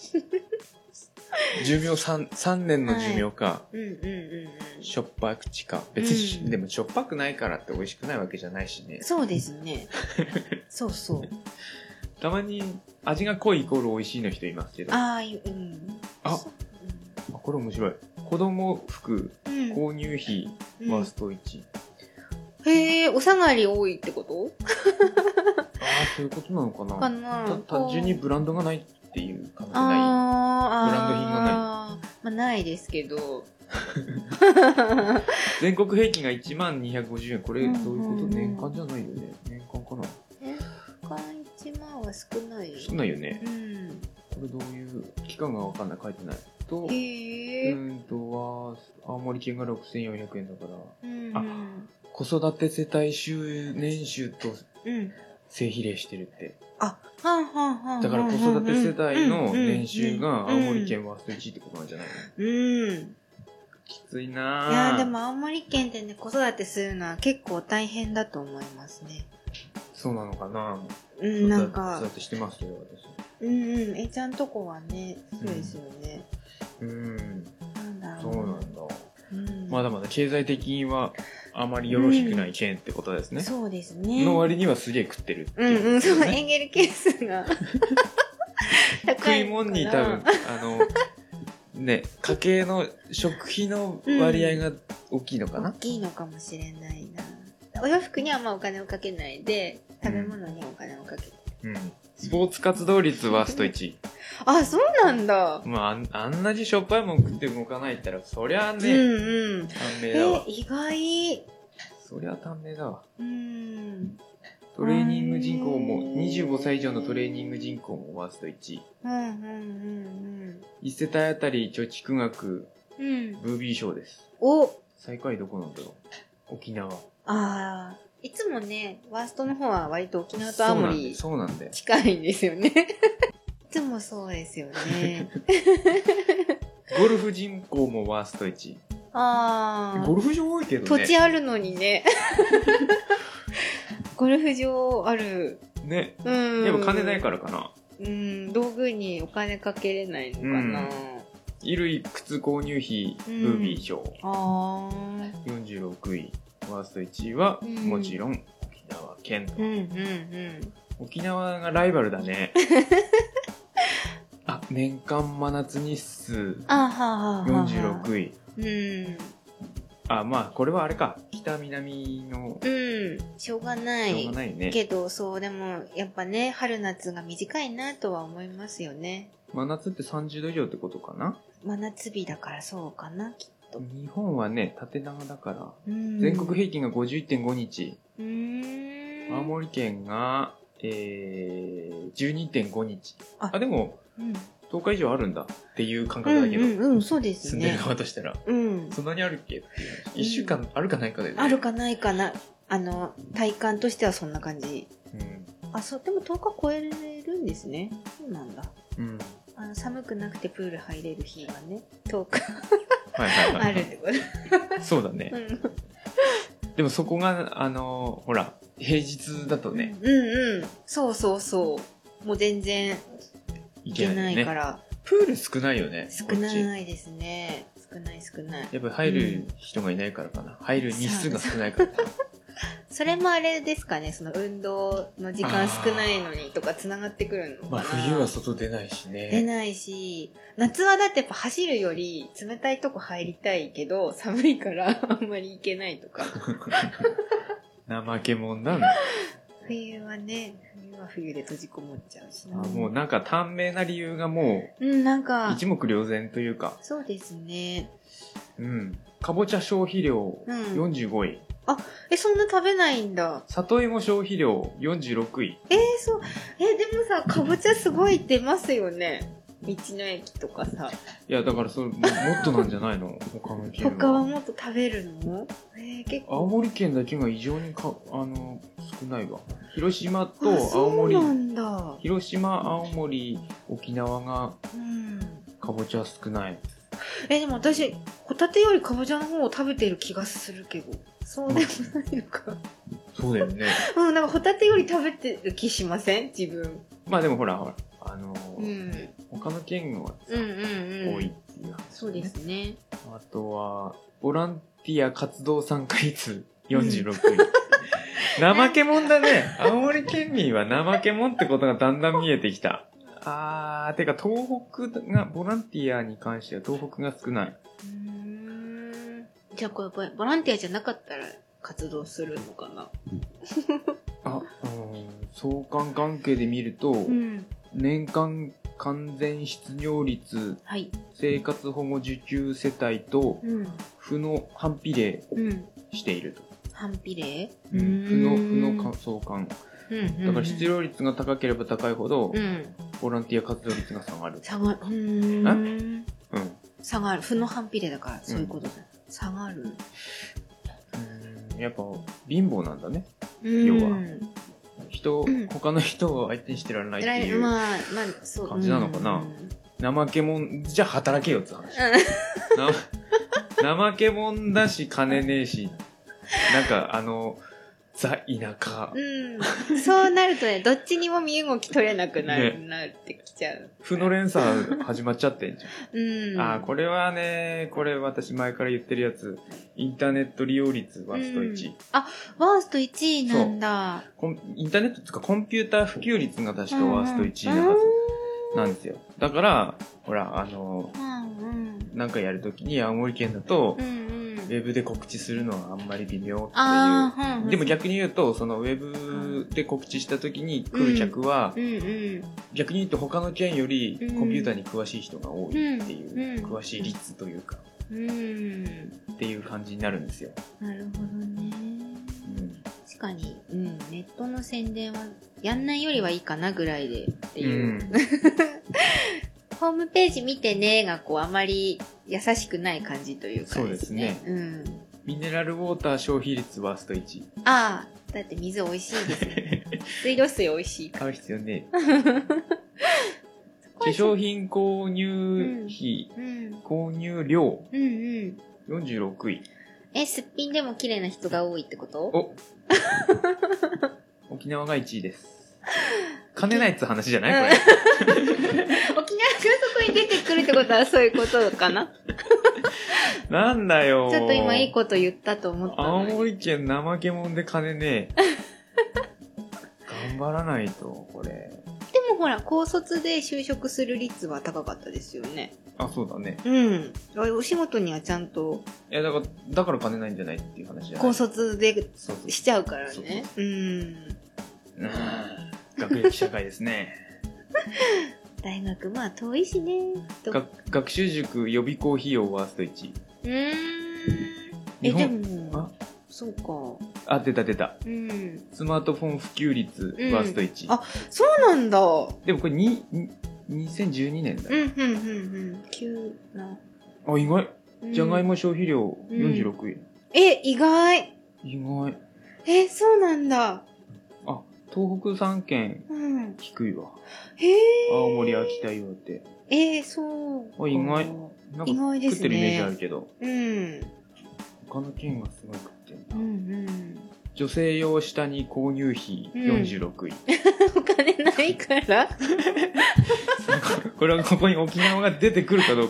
寿命 3, さんねんの寿命か、はい、うんうんうん、しょっぱ口か。別に、うん、でもしょっぱくないからって美味しくないわけじゃないしね。 そうですね。そうそう。 たまに味が濃いイコール美味しいの人いますけど。 ああ、うん。 あ、うん、これ面白い。子供服、うん、購入費、ワーストいちい。 うん、へえ、お下がり多いってこと？ ああ、そういうことなのかな。 かな。 単純にブランドがないっていう感じない。あブランド品がない。 まあ、ないですけど。 全国平均がいちまんにひゃくごじゅうえん。これどういうこと？うんうんうん、年間じゃないよね。年間かな。 年間いちまんは少ないよ。 少ないよね。 うん。 これどういう期間がわかんない。書いてない。と、 へうんとは、青森県がろくせんよんひゃくえんだから。 うんうん、 あ、子育て世帯収年収と正比例してるって。 うん、あ、はんはんはん。 だから子育て世帯の年収が青森県ワーストいちいってことなんじゃないの？うん。きついなぁ。 いやでも青森県でね、子育てするのは結構大変だと思いますね。 そうなのかな。 うん、なんか。 子育てしてますよ、私。 うんうん。えちゃんとこはね、そうですよね。 うん。 なんだろう。 そうなんだ。うん、まだまだ経済的にはあまりよろしくない県ってことですね。 うん、そうですね。 の割にはすげえ食ってるっていう、ね。うんうん、そう、エンゲル係数が食い物に多分、あの、ね、家計の食費の割合が大きいのかな、 うん、大きいのかもしれないな。お洋服にはあんまお金をかけないで、食べ物にお金をかけて。 うん。スポーツ活動率ワーストいちい。 あ、そうなんだ。 まあ、あんなじしょっぱいもん食って動かないったら、そりゃあね、 うんうん、 短命だわ。 え、意外。 そりゃ短命だわ。 うん。 トレーニング人口も、にじゅうごさい以上のトレーニング人口もワーストいちい。 うんうんうんうん。 いち世帯あたり貯蓄額、 うん、 ブービー賞です。 お最下位どこなんだろう。沖縄。 ああ。いつもね、ワーストの方は割と沖縄と青森そうなんで近いんですよね。いつもそうですよね。 ゴルフ人口もワーストいちい。 ああ。 ゴルフ場多いけどね。 土地あるのにね。ゴルフ場ある。 ね。うん。やっぱ金ないからかな。 うん。道具にお金かけれないのかな。うん、 衣類靴購入費、ブービー賞。 ああ。 よんじゅうろくい。ワーストいちいは、うん、もちろん沖縄県と、 うんうんうん、 沖縄がライバルだね。あ、年間真夏日数よんじゅうろくい。 うん、 あ、まあこれはあれか、北南の、 うん、しょうがない。 しょうがないね。 けどそうでもやっぱね、春夏が短いなとは思いますよね。 真夏ってさんじゅうど以上ってことかな。 真夏日だからそうかな。きっと日本はね、縦長だから、全国平均が ごじゅういってんごにち。 うーん青森県が、えー、じゅうにてんごにち。あ、あでも、うん、とおか以上あるんだっていう感覚だけど。 うんうん、うん、そうですね。 住んでる側としたら。 うん。 そんなにあるっけっていう。いっしゅうかんあるかないかでね。 あるかないかな。あの、体感としてはそんな感じ。うん。あ、そう、でもとおか超えるんですね。そうなんだ。 うん。 あの寒くなくてプール入れる日がね、とおか。 はいはいはい、はい、 あるってことそうだね、うん、でもそこがあのほら平日だとね、 うんうん、そうそうそう、もう全然いけないから、ね、 プール少ないよね。 少ないですね。少ない少ない。 やっぱり入る人がいないからかな、うん、入る日数が少ないからかな。 それもあれですかね、その運動の時間少ないのにとかつながってくるのかな。 まあ冬は外出ないしね。 出ないし、夏はだってやっぱ走るより冷たいとこ入りたいけど寒いからあんまり行けないとか。 怠け者だね。 冬はね、冬は冬で閉じこもっちゃうしな。 あ、もうなんか短命な理由がもう、 うん、なんか一目瞭然というか。 そうですね。 うん。かぼちゃ消費量よんじゅうごい。うん、 あ、え、そんな食べないんだ。 里芋消費量よんじゅうろくい。 えー、そう。え、でもさ、かぼちゃすごい出ますよね。 道の駅とかさ。 いや、だからそれ、もっとなんじゃないの他の県は。 他はもっと食べるの？えー、結構。 青森県だけが異常にか、あの、少ないわ。広島と青森。 そうなんだ。 広島、青森、沖縄が、 うん。 かぼちゃ少ない。 え、でも私、ホタテよりかぼちゃの方を食べてる気がするけど。そうでもないのか。 そうだよね。 うん、なんかホタテより食べてる気しません？自分。 まあでもほら、ほら、あのー、 うん、 他の県はさ、 うんうんうん、 多いっていう話、ね。 そうですね。 あとは、ボランティア活動参加率よんじゅうろくい。うん怠け者だね。青森県民は怠け者ってことがだんだん見えてきた。あー、てか東北が、ボランティアに関しては東北が少ない。うーん。じゃあこれボランティアじゃなかったら活動するのかな？ あ、うん、相関関係で見ると、うん、年間完全失業率、はい、生活保護受給世帯と、うん、負の反比例していると。 反比例、 うん、負の、負の相関。うんうんうん、だから失業率が高ければ高いほど、うん、ボランティア活動率が下がる。 下がる。うーん。うん。下がる。負の反比例だから、そういうことだ。うん、下がる。 うん。やっぱ、貧乏なんだね。要は。人、うん、他の人を相手にしてられないっていう感じなのかな。怠け者、じゃあ働けよって話。怠け者だし、金ねえし、なんかあの、ザ・田舎。 うん。そうなるとね、どっちにも身動き取れなくなる、ね、なってきちゃう。 負の連鎖始まっちゃってんじゃん。うん。ああ、これはね、これ私前から言ってるやつ。インターネット利用率ワーストいちい。うん、 あ、ワーストいちいなんだ。 インターネットっていうかコンピューター普及率が確かワーストいちいなはずなんですよ。だから、ほら、あの、うんうん、なんかやるときに青森県だと、うんウェブで告知するのはあんまり微妙っていう。あでも逆に言うと、そのウェブで告知した時に来る客は、うんうんうん、逆に言うと他の県よりコンピューターに詳しい人が多いっていう、うんうん、詳しい率というか、うん、っていう感じになるんですよ。 なるほどね。うん、確かに、うん、ネットの宣伝はやんないよりはいいかなぐらいでっていう。うんホームページ見てねがこうあまり優しくない感じというかですね。そうですね。うん。 ミネラルウォーター消費率ワーストいちい。 ああ、だって水美味しいですね。水道水美味しいから。 買う必要ね。化粧品購入費、うんうん、購入量、うんうん、よんじゅうろくい。 え、すっぴんでも綺麗な人が多いってこと？ お沖縄がいちいです。金ないっつう話じゃないこれ。 沖縄がそこに出てくるってことはそういうことかななんだよ。 ちょっと今いいこと言ったと思ったのに。 青森県怠け者で金ねえ。頑張らないと、これ。でもほら、高卒で就職する率は高かったですよね。 あ、そうだね。 うん。お仕事にはちゃんと。 いや、だから、だから金ないんじゃないっていう話じゃない。 高卒でしちゃうからね。そうそうそううん。 うん学歴社会ですね。 大学まあ遠いしね。 学習塾予備校費用ワーストいちい。うーん。 え、でも、あそうか。 あ、出た出た。うん。スマートフォン普及率ワーストいちい。 うん、あ、そうなんだ。 でもこれに、にせんじゅうにねんだよ。 うん、うん、うん、うん。急な。 あ、意外。じゃがいも消費量よんじゅうろくい。うん、 え、意外。 意外。 え、そうなんだ。 東北さんけん低いわ。 うん、へえ。 青森、秋田、岩手。 えー、そう。 あ、意外。なんか食ってるイメージあるけど。 うん。 他の県がすごい食ってるな。うんうん。女性用下に購入費よんじゅうろくい。うん、 お金ないからこれはここに沖縄が出てくるかどうか。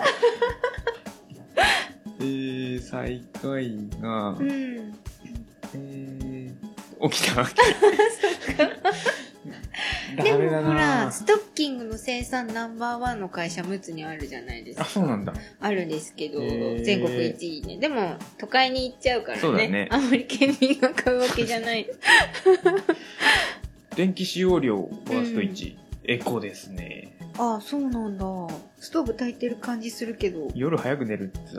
えー、最下位が、うん、えー、沖縄県。 でもほら、ストッキングの生産ナンバーワンの会社陸奥にあるじゃないですか。 あ、そうなんだ。 あるんですけど、全国いちいね。でも、都会に行っちゃうからね。 そうだね。 あんまり県民が買うわけじゃない。 電気使用量ワーストいちい、うん、エコですね。 ああ、そうなんだ。ストーブ焚いてる感じするけど。 夜早く寝るってさ。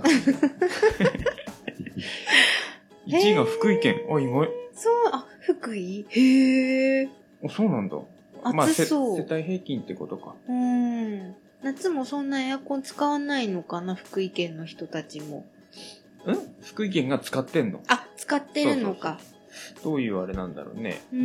いちいが福井県。あ、意外。 そう、あ、福井へえ。 あ、そうなんだ。まあ、世帯平均ってことか。 うん。なん夏もそんなエアコン使わないのかな、福井県の人たちも。 ん福井県が使ってんの？ あ、使ってるのか。 そうそうそう。どういうあれなんだろうね。 うん。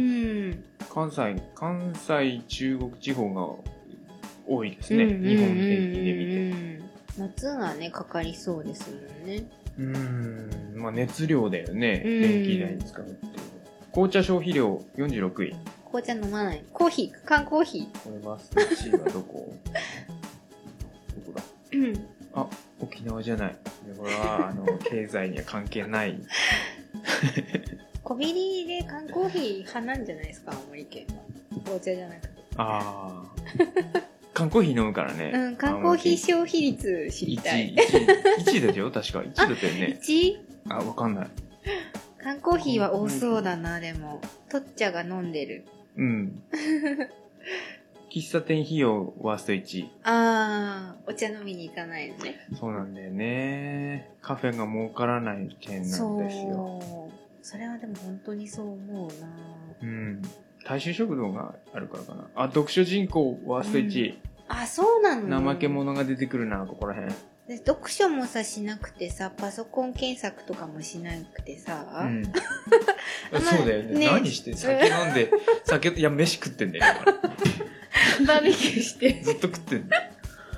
関西、関西、中国地方が多いですね。日本天気で見て。 夏がね、かかりそうですもんね。 うーん。まあ熱量だよね。電気代に使うっていう。紅茶消費量よんじゅうろくい。 紅茶飲まない。コーヒー、缶コーヒー。これはステッチはどこどこだうん。あ、沖縄じゃない。これは、あの、経済には関係ない。 小ビリで缶コーヒー派なんじゃないですか、青森県は。紅茶じゃなくて。 ああ。缶コーヒー飲むからね。 うん、缶コーヒー消費率知りたい。 いちい、いちいでしょ確か。いちだったよね。 いち? あ、わかんない。 缶コーヒーは多そうだな、でも。とっちゃが飲んでる。 うん。喫茶店費用ワーストいちい。 あー、お茶飲みに行かないのね。 そうなんだよね。カフェが儲からない県なんですよ。 そう。それはでも本当にそう思うな。 うん。大衆食堂があるからかな。あ、読書人口ワーストいちい。うん、 あ、そうなの？ 怠け者が出てくるな、ここら辺。 で読書もさしなくてさ、パソコン検索とかもしなくてさ、うん、 そうだよね。ね、何して酒飲んで酒いや飯食ってんだよバーベキューしてずっと食ってんだよ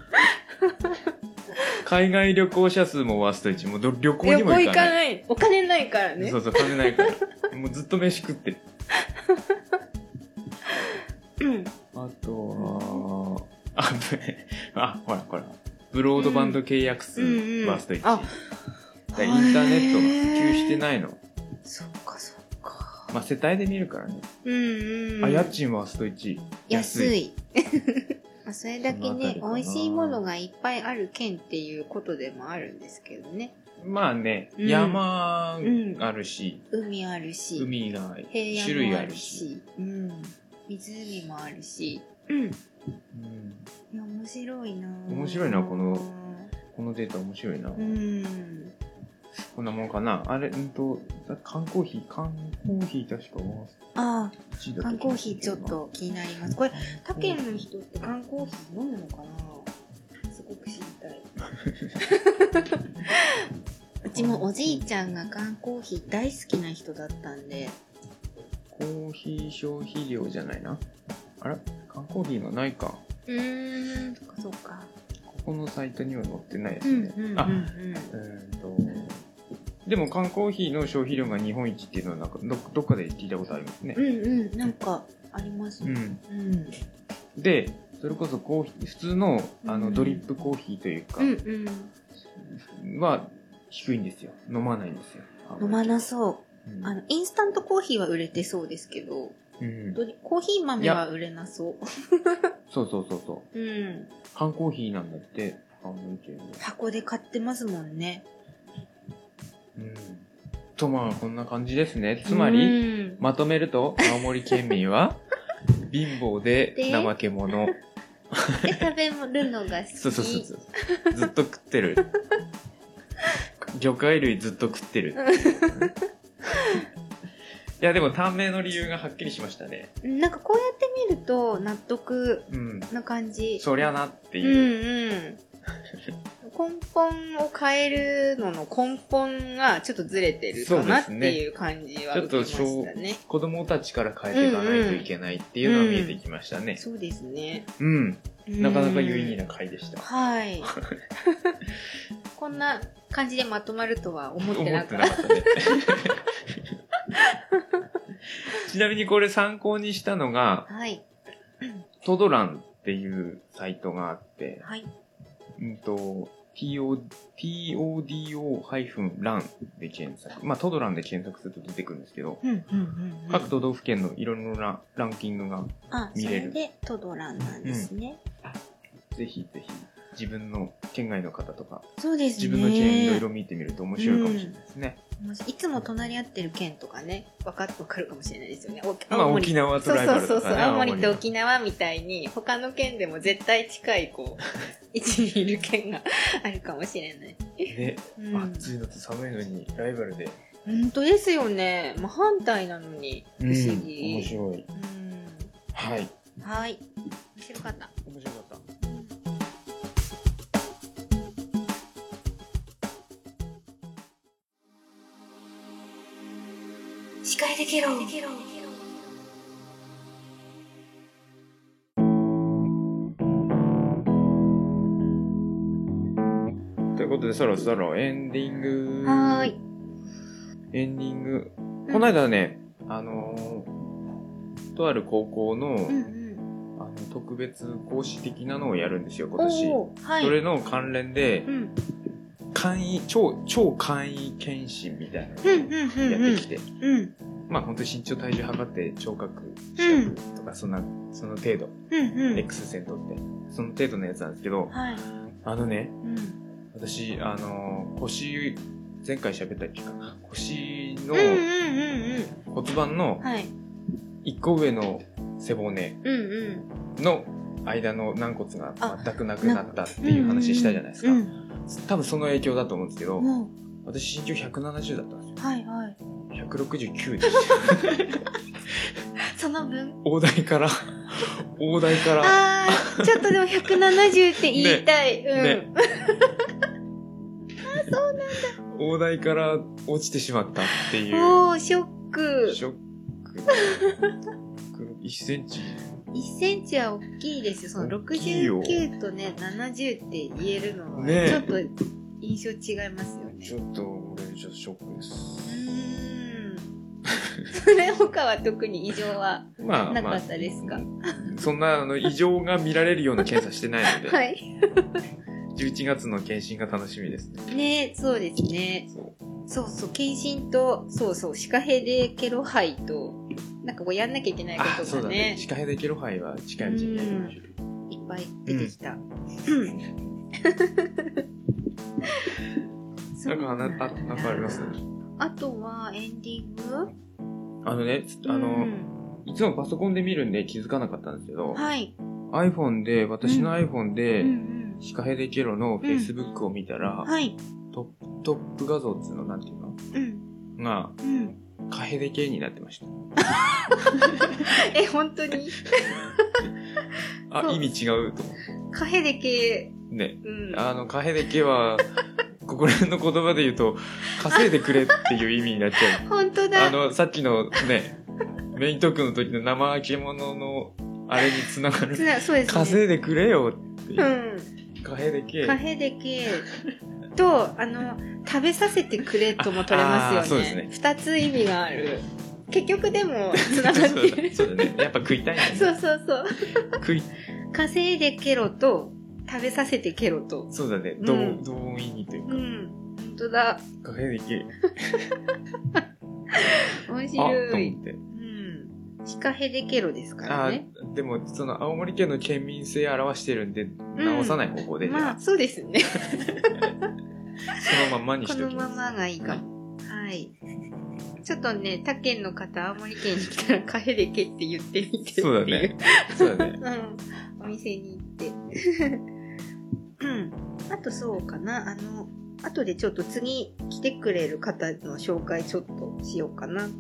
海外旅行者数もワーストいち。もう旅行にも行かない。 旅行行かない。お金ないからね。 そうそう、金ないからもうずっと飯食ってるうんあとはああほらほらブロードバンド契約数、うん、ワーストいち。あ、インターネットが普及してないの。 そっかそっか。 まあ世帯で見るからね。うんうん。あ、家賃ワーストいちい。 安い。まあそれだけね、美味しいものがいっぱいある県っていうことでもあるんですけどね。 まあね、うん、山あるし、 うん、海あるし、 海が平野もあるし、うん、湖もあるし、うん。うん、いや面白いな。 面白いなこのこのデータ面白いな。うん。こんなもんかな。あれうんと缶コーヒー缶コーヒー確かああ缶コーヒーちょっと気になります。これ他県の人って缶コーヒー飲むのかな。すごく知りたい。うちもおじいちゃんが缶コーヒー大好きな人だったんで。 コーヒー消費量じゃないな。あら缶コーヒーがないか。 うーん、そっかそっか。 ここのサイトには載ってないですね。うんうんうんうん、あ、うんと、でも缶コーヒーの消費量が日本一っていうのはなんか ど, どっかで聞いたことありますね。 うんうん、なんかありますね。うん。うん、 で、それこそコーヒー、普通のあのドリップコーヒーというか、うんうん、は低いんですよ。飲まないんですよ。 飲まなそう、うん。あの、インスタントコーヒーは売れてそうですけど、うん、コーヒー豆は売れなそう。 そうそうそうそう。うん。缶コーヒーなんだって。 箱で買ってますもんね。 うん。とまあこんな感じですね。つまりまとめると青森県民は貧乏で怠け者。で食べるのが好き。 そうそうそうそう。ずっと食ってる。魚介類ずっと食ってる。いやでも短命の理由がはっきりしましたね。 なんかこうやって見ると納得な感じ。 うん、そりゃなっていう。うんうん。 根本を変えるのの根本がちょっとずれてるかなっていう感じは受けましたね。ちょっと子供たちから変えていかないといけないっていうのが見えてきましたね。うんうん、 そうですね。 うん。なかなか有意義な回でした。 はい。こんな感じでまとまるとは思ってなかった。思ってなかったね。 ちなみにこれ参考にしたのが、はい、トドランっていうサイトがあって、はい、うんと ティーオーディーオー ランで検索、まあトドランで検索すると出てくるんですけど、うんうんうんうん、各都道府県のいろいろなランキングが見れる。 あ、それでトドランなんですね。 うん、ぜひぜひ自分の県外の方とか、 そうですね、 自分の県いろいろ見てみると面白いかもしれないですね。 うん、いつも隣り合ってる県とかね、分かわかるかもしれないですよね。 まあ沖縄とライバルとかね。 そうそうそう、青森と沖縄みたいに他の県でも絶対近いこう位置にいる県があるかもしれない。 ね、うん、暑いのと寒いのにライバルで。 本当ですよね。まあ、反対なのに不思議。 うん、面白い。うん、はい。 はい。面白かった。 面白かった。 司会でケロ。 ということで、そろそろエンディング。 はーい。 エンディング。この間ね、うん、あのー、とある高校の、うんうん、あの特別講師的なのをやるんですよ、今年。はい、それの関連で、うん、簡易、超、超簡易検診みたいなのをやってきて、うん、まあ本当に身長体重測って聴覚視覚とか、そんな、その程度、うんうん、X 線取って、その程度のやつなんですけど、はい、あのね、うん、私、あのー、腰、前回喋ったっけかな、腰の骨盤の一個上の背骨の間の軟骨が全くなくなったっていう話したじゃないですか。多分その影響だと思うんですけど、私身長ひゃくななじゅうだったんですよ。はいはい。ひゃくろくじゅうきゅうです。 その分大台から、大台から。 あー、ちょっとでもひゃくななじゅうって言いたい。ね、うん。ねあ、そうなんだ。 大台から落ちてしまったっていう。 おー、ショック。 ショック。いちセンチ。 いちセンチは大きいですよ。そのろくじゅうきゅうとね、ななじゅうって言えるのは、ね、ちょっと印象違いますよね。 ちょっと、俺、ちょっとショックです。 うーん。それ他は特に異常はなかったですか？まあまあ、そんなあの異常が見られるような検査してないので。 はい。 じゅういちがつの検診が楽しみですね。 ね、そうですね。そうそうそう、検診と、そうそう、シカヘデケロ杯と、なんかこうやんなきゃいけないことがね。あ、そうだね。 シカヘデケロ杯は近いうちにやりましょう。いっぱい出てきた。うん。 なんか、あ、なんかあります？ あとは、エンディング？ あのね、あの、うん、いつもパソコンで見るんで気づかなかったんですけど、はい。iPhone で、私の iPhone で、うんうんうん、シカヘデケロの Facebook を見たら、うん、はい。トップ、トップ画像っていうのなんていうの？うん。が、うん。カヘデ系になってました。 え、本当にあ、意味違うと思う。 カヘデ系。 ね。うん、あの、カヘデ系は、ここら辺の言葉で言うと、稼いでくれっていう意味になっちゃう。 本当だ。 あの、さっきのね、メイントークの時の生獣のあれにつながる。そうですね。稼いでくれよっていう。うん。カヘデ系。 カヘデ系。と、あの、食べさせてくれとも取れますよね。そうですね。二つ意味がある。結局でも、つながってる。 そうだね。やっぱ食いたいんだね。 そうそうそう。 食い。 稼いでケロと、食べさせてケロと。 そうだね。同、うん、同音意味というか。 うん。本当だ。 カフェでけ。 面白い。 あ、と思って。うん。 シカヘデケロですからね。 あ、でも、その、青森県の県民性を表してるんで、直さない方向で、 うん、まあ、そうですね。 そのままにしておきます。 このままがいいかも。はい。ちょっとね、他県の方、青森県に来たらカヘデケって言ってみてっていう。 そうだね。そうだね。 うん。お店に行って。うん。あとそうかな。あの、後でちょっと次来てくれる方の紹介ちょっとしようかなと思って。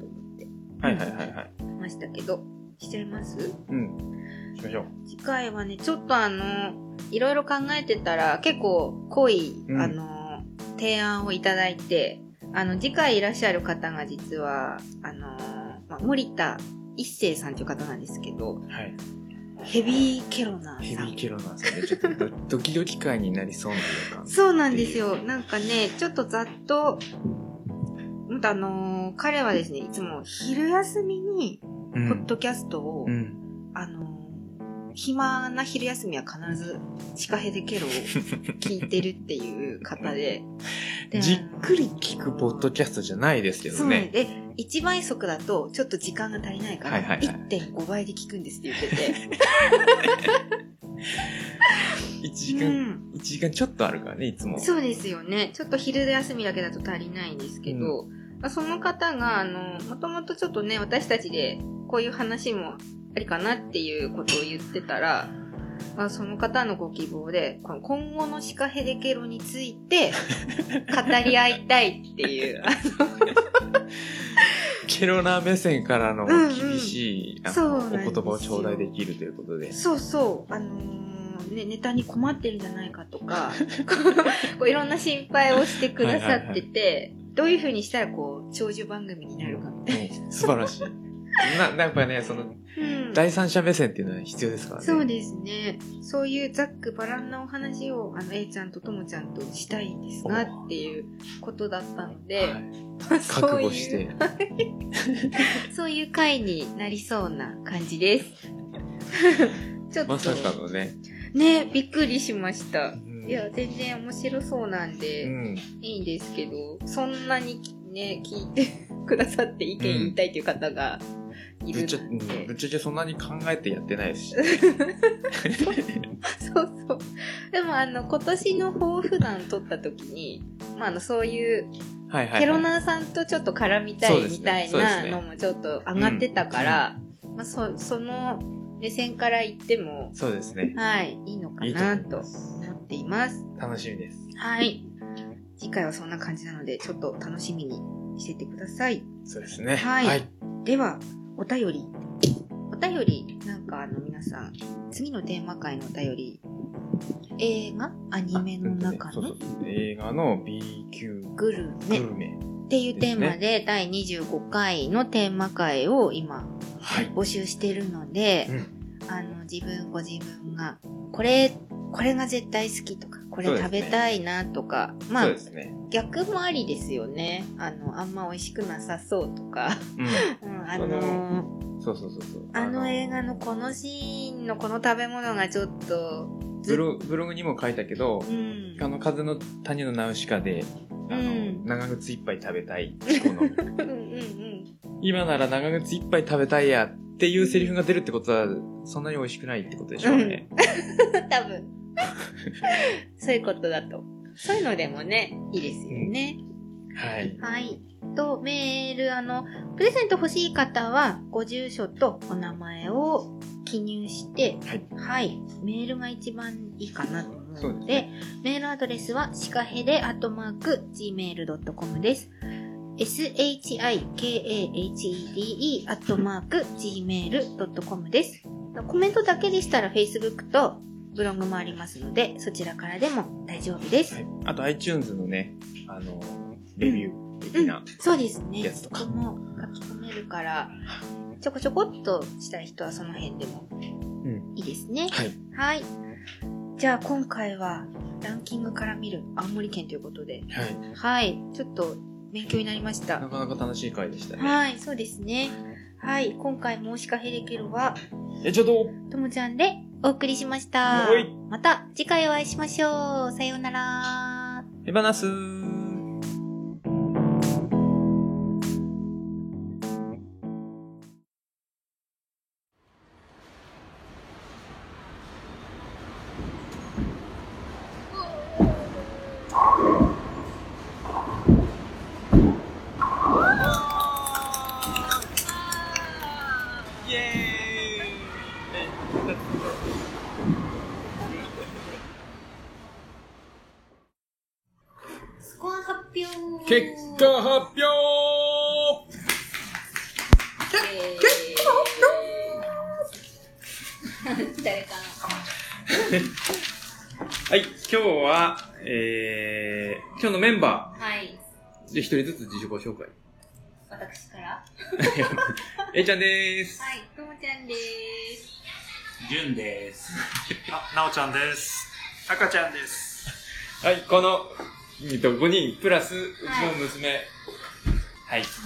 はいはいはいはい。 ましたけど。しちゃいます？ うん。しましょう。 次回はね、ちょっとあの、いろいろ考えてたら結構濃い、うん、あの、提案をいただいて、あの、次回いらっしゃる方が実は、あの、まあ、森田一生さんという方なんですけど、はい。ヘビーケロナーさん。 ヘビーケロナーさんで、ちょっとドキドキ会になりそうな予感。 そうなんですよ。なんかね、ちょっとざっと、あのー、彼はですね、いつも昼休みに、ポッドキャストを、うん、あのー、暇な昼休みは必ず、シカヘデケロを聞いてるっていう方で。 でじっくり聞くポッドキャストじゃないですけどね。 で、一倍速だとちょっと時間が足りないから、はいはいはい、いってんごばいで聞くんですって言ってて。 いちじかん、うん、いちじかんちょっとあるからね、いつも。 そうですよね。ちょっと昼休みだけだと足りないんですけど、うんまあ、その方が、あの、もともとちょっとね、私たちでこういう話もありかなっていうことを言ってたら、まあ、その方のご希望で、この今後のシカヘデケロについて語り合いたいっていう、あのケロナ目線からの厳しい、うんうん、お言葉を頂戴できるということで。 そうそう。あのー、ね、ネタに困ってるんじゃないかとか、こういろんな心配をしてくださってて、はいはいはいどういう風にしたらこう長寿番組になるかみたいな、 うん、素晴らしい。な、なんかね、その、うん、第三者目線っていうのは必要ですからね。 そうですね。そういうざっくばらんなお話を、あの、A ちゃんとともちゃんとしたいんですがっていうことだったので、はい、 覚悟して。 そういう回になりそうな感じです。ちょっと。 まさかのね。 ね、びっくりしました。うん、いや、全然面白そうなんで、うん、いいんですけど、そんなにね、聞いてくださって意見言いたいという方が、うんぶっちゃ、うん、ぶっちゃけそんなに考えてやってないし。 そうそう。でもあの、今年の抱負弾撮った時に、まああの、そういう、はいはいはい、ケロナーさんとちょっと絡みたいみたいなのもちょっと上がってたから、うん、まあそ、その目線から言っても、 そうですね。 はい、いいのかなと思っています。 楽しみです。 はい。次回はそんな感じなので、ちょっと楽しみにしててください。 そうですね。 はい。はい、では、お便り。お便り、なんかあの皆さん、次のテーマ回のお便り、映画アニメの中の、ね、そうそう映画の B 級グルメっていうテーマで、ね、だいにじゅうごかいのテーマ回を今、はい、募集してるので、うん、あの自分ご自分が、これ、これが絶対好きとか、これ食べたいなとか、ね、まあ、ね、逆もありですよね。あの、あんま美味しくなさそうとか。うん。うん、あのー、 そうそうそうそう。 あの映画のこのシーンのこの食べ物がちょっと、 ブロ、ブログにも書いたけど、うん、あの、風の谷のナウシカで、あの、うん、長靴一杯食べたい人の。うんうんうん、今なら長靴一杯食べたいやっていうセリフが出るってことは、そんなに美味しくないってことでしょうね。 うん、多分。そういうことだと。そういうのでもね、いいですよね。 うん、はい。 はい。と、メール、あの、プレゼント欲しい方は、ご住所とお名前を記入して、はい。はい、メールが一番いいかなと思うので、でね、メールアドレスは、シカヘデアットマーク、ジーメールドットコム です。シカヘデ アットマーク、ジーメールドットコム です。コメントだけでしたら、Facebook と、ブログもありますので、そちらからでも大丈夫です。はい、 あと iTunes のね、あの、レビュー的な、うんうん、 そうですね。 やつとか。 そこも書き込めるから、ちょこちょこっとしたい人はその辺でもいいですね。うん、はい。はい。じゃあ今回はランキングから見る青森県ということで、はい。はい。ちょっと勉強になりました。 なかなか楽しい回でしたね。 はい、そうですね。はい。今回もシカヘデケロは、 え、ちょっと、 ともちゃんで、お送りしました。また次回お会いしましょう。さようなら。 手放すー。結果発表誰かなはい、今日は、えー、今日のメンバー。はい。じゃ一人ずつ自己紹介。 私からえいちゃんでーす。 はい、ともちゃんでーす。 じゅんです。あ、なおちゃんです。あかちゃんです。 はい、この、えっと、ごにんプラス、うちの娘。はい。はい、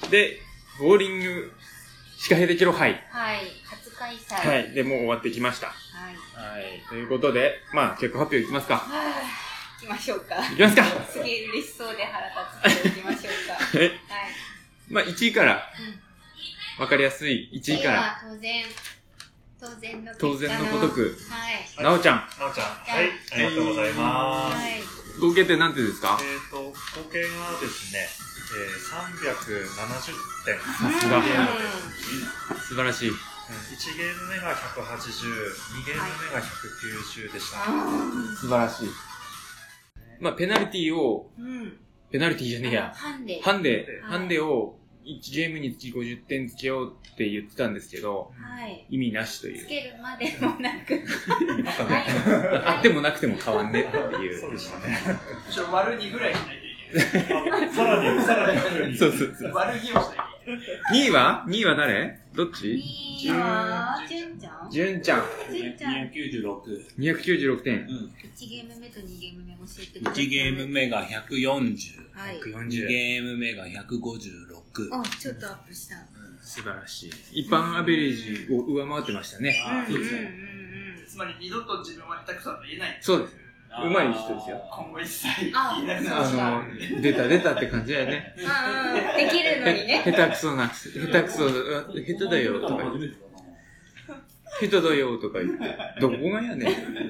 で、ボーリング、シカヘデケロ杯。 はい。初開催。 はい。で、もう終わってきました。はい。はい。ということで、まあ、結果発表いきますか。はぁ、行きましょうか。 いきますか。 すげえ嬉しそうで腹立つけど、行きましょうか。はい。 まあ、いちいから、うん、わかりやすいいちいから。 当然、当然の当然のごとく。 はい。 なおちゃん。 なおちゃん。はい。ありがとうございます。はい。 合計って何点ですか？ えっと、合計がですね、えー、さんびゃくななじゅってん。 さすが。素晴らしい。いちゲーム目がひゃくはちじゅう、にゲーム目がひゃくきゅうじゅうでした。 素晴らしい。まあ、ペナルティを、うん、ペナルティじゃねえや。 ハンデ。 ハンデ、ハンデをいちゲームにつきごじゅってんつけようって言ってたんですけど、はい、意味なしという。 つけるまでもなく。 あってもなくても変わんねっていう。 そうでしたね。 割るにぐらいしないといけない。 さらに、さらに。 そうそうそう。 悪気をしてにいは ?に 位は誰どっちにいは、じゅんちゃんじゅんちゃん。 じゅんちゃん。 にひゃくきゅうじゅうろく。 にひゃくきゅうじゅうろくてん。 うん。 いちゲーム目とにゲーム目教えてください。 いちゲーム目がひゃくよんじゅう。 はい。 にゲーム目がひゃくごじゅうろく。 あ、ちょっとアップした。 素晴らしい。一般アベレージを上回ってましたね。 あそうですね。 うんうんうん。 つまり二度と自分は下手くそだと言えない。 そうです。うまい人ですよ。 今後一切言いなくなりました。 あの、出た出たって感じだよね。 ああ、できるのにね。 下手くそな、下手くそ、下手だよとか言って。下手だよとか言って。どこがやねん。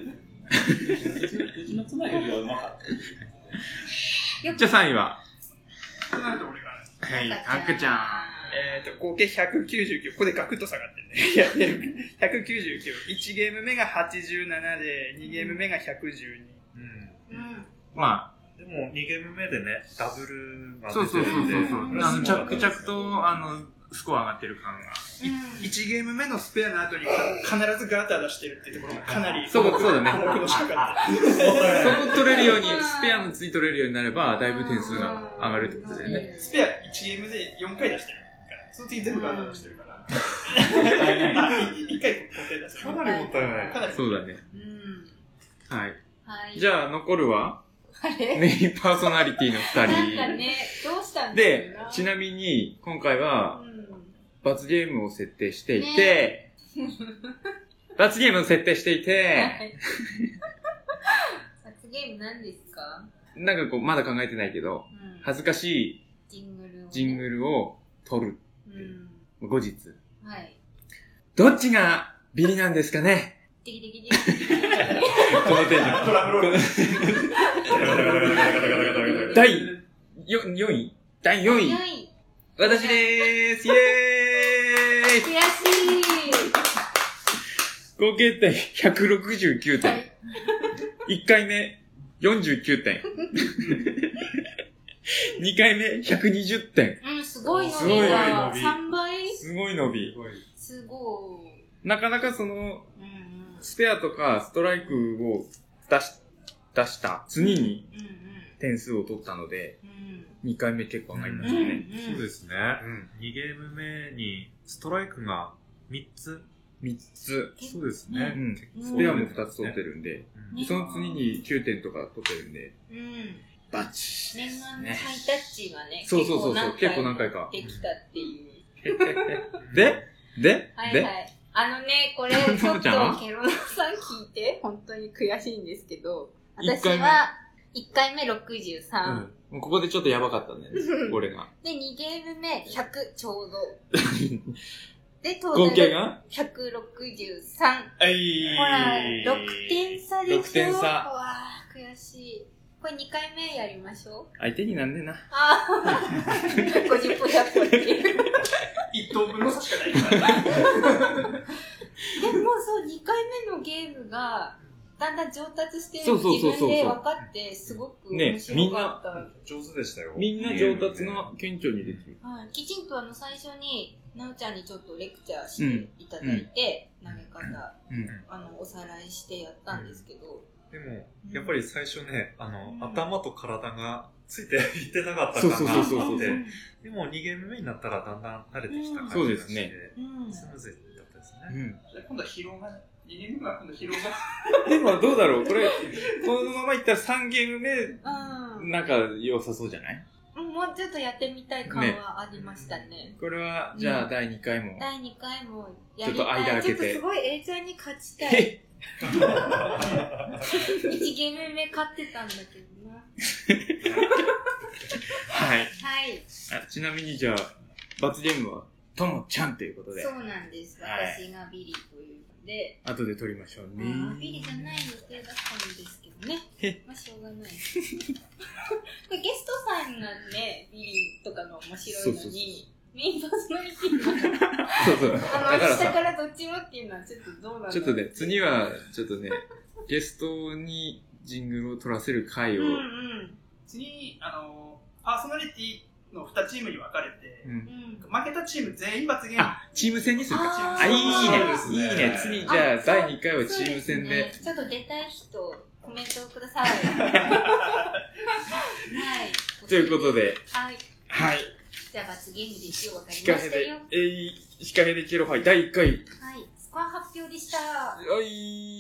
うちの妻よりはうまかった。 じゃあさんいはとなると俺が。 はい、赤ちゃん。 えっと、合計ひゃくきゅうじゅうきゅう。ここでガクッと下がってるね。いや、ひゃくきゅうじゅうきゅう。いちゲーム目がはちじゅうななで、にゲーム目がひゃくじゅうに。 うん。 うん。 まあ、 でもにゲーム目でね、ダブルがそうそうそうそうそう。あの、着々 と。 と、あの、スコア上がってる感が。 いちゲーム目のスペアの後に必ずガーター出してるっていうところがかなり。 そうそうだね。 この仕掛かって。 そこ取れるように、スペアの次取れるようになれば、だいぶ点数が上がるってことだよね。 スペアいちゲームでよんかい出してるから。その次全部ガーター出してるから。いっかい固定出してる。 かなりもったいない。 かなり。 そうだね。 うん。 はい。 はい。 じゃあ、残るはあれメインパーソナリティのふたり。 なんかね、どうしたんだろうでな、 ちなみに、今回は、 うん罰ゲームを設定していて、罰ゲームを設定していて、 罰ゲーム何ですか？ なんかこう、まだ考えてないけど、 うん恥ずかしいジングルをね。 ジングルを撮る。 うん。 後日。 はい。 どっちがビリなんですかねできできでき。 このテンション。 ドラムロール。 だいよんいだいよんいよんい。 私でーすイェーイ悔しい。 合計点ひゃくろくじゅうきゅうてん。いっかいめよんじゅうきゅうてん。にかいめひゃくにじゅってん。 うん、すごい伸びすごいが。 伸びさんばいすごい伸び。 すごい。 なかなかその、 うんうん。 スペアとかストライクを出し、出した次にうんうん。 点数を取ったので、 うんにかいめ結構上がりましたね。 うんそうですね。にゲーム目にストライクがみっつ。 みっつ。 そうですね。 うん。 うんスペアもふたつ取ってるんで、 うんねその次にきゅうてんとか取ってるんで、 うん。 バチ念願のハイタッチがね、 そうそうそうそう、結構何回か。 できたっていう。 ででではいはい。あのね、これちょっとそうちゃんケロナさん聞いて、本当に悔しいんですけど、私一回目は、いっかいめろくじゅうさん、 もうここでちょっとやばかったね、俺が。 で、にゲーム目ひゃくちょうど。で、ト合ータル計がひゃくろくじゅうさん。 はいほら、ろくてん差でしょ。 ろくてん差うわぁ、悔しい。これにかいめやりましょう。 相手になんねえな。 あぁ、ごじゅっぽひゃっぽっていう。 一等分の差しかないから。 でもそう、にかいめのゲームが、だんだん上達してるそうそうそうそう自分で分かって、すごく面白かった。 上手でしたよ。 みんな上達が顕著にできる。 はい、きちんとあの最初に、なおちゃんにちょっとレクチャーしていただいて、投げ方、 うん。 あの、おさらいしてやったんですけど。 でも、やっぱり最初ね、あの、頭と体がついていってなかったそうかなそうそうそうって。でもにゲーム目になったらだんだん慣れてきた感じがして、 そうですねうん。 スムーズだったですうね。 ん。 今度は疲労が、にゲーム目は今度疲労が。 でもどうだろうこれ、このままいったらさんゲーム目、 うん。 なんか良さそうじゃないもうちょっとやってみたい感はありましたね。 これは、じゃあだいにかいも。 だいにかいもやりたい。 ちょっと間開けてちょっとすごい A ちゃんに勝ちたい。 へいちゲーム目勝ってたんだけどな。 はい。 はい。 あちなみにじゃあ、罰ゲームは、ともちゃんということでそ、うなんです。 はい私がビリというので、 後で撮りましょうね。 まあビリじゃない予定だったんですけどね。 へまあしょうがない。これゲストさんがね、ビリとかが面白いのそうそうそうに、メインパーソナリティが、 そうそう。 あの、 だからさ、 下からどっちもっていうのはちょっとどうなんだろう。 ちょっとね、次は、ちょっとね、ゲストにジングルを撮らせる回を、 うんうん。 次、あの、パーソナリティのにチームに分かれて、 うんうん。 負けたチーム全員罰ゲーム。 あ、チーム戦にするか。 あーあ、いいそうね。いいね。次、じゃあ、だいにかいはチーム戦で。 そうすねちょっと出たい人、コメントをください。はい。 ということで。 はい。 はい。 じゃあ罰ゲームですよ。わかりまシカヘしたよ。 デ、えー、シカヘデケロ杯だいいっかい。 はい。スコア発表でした。 はい。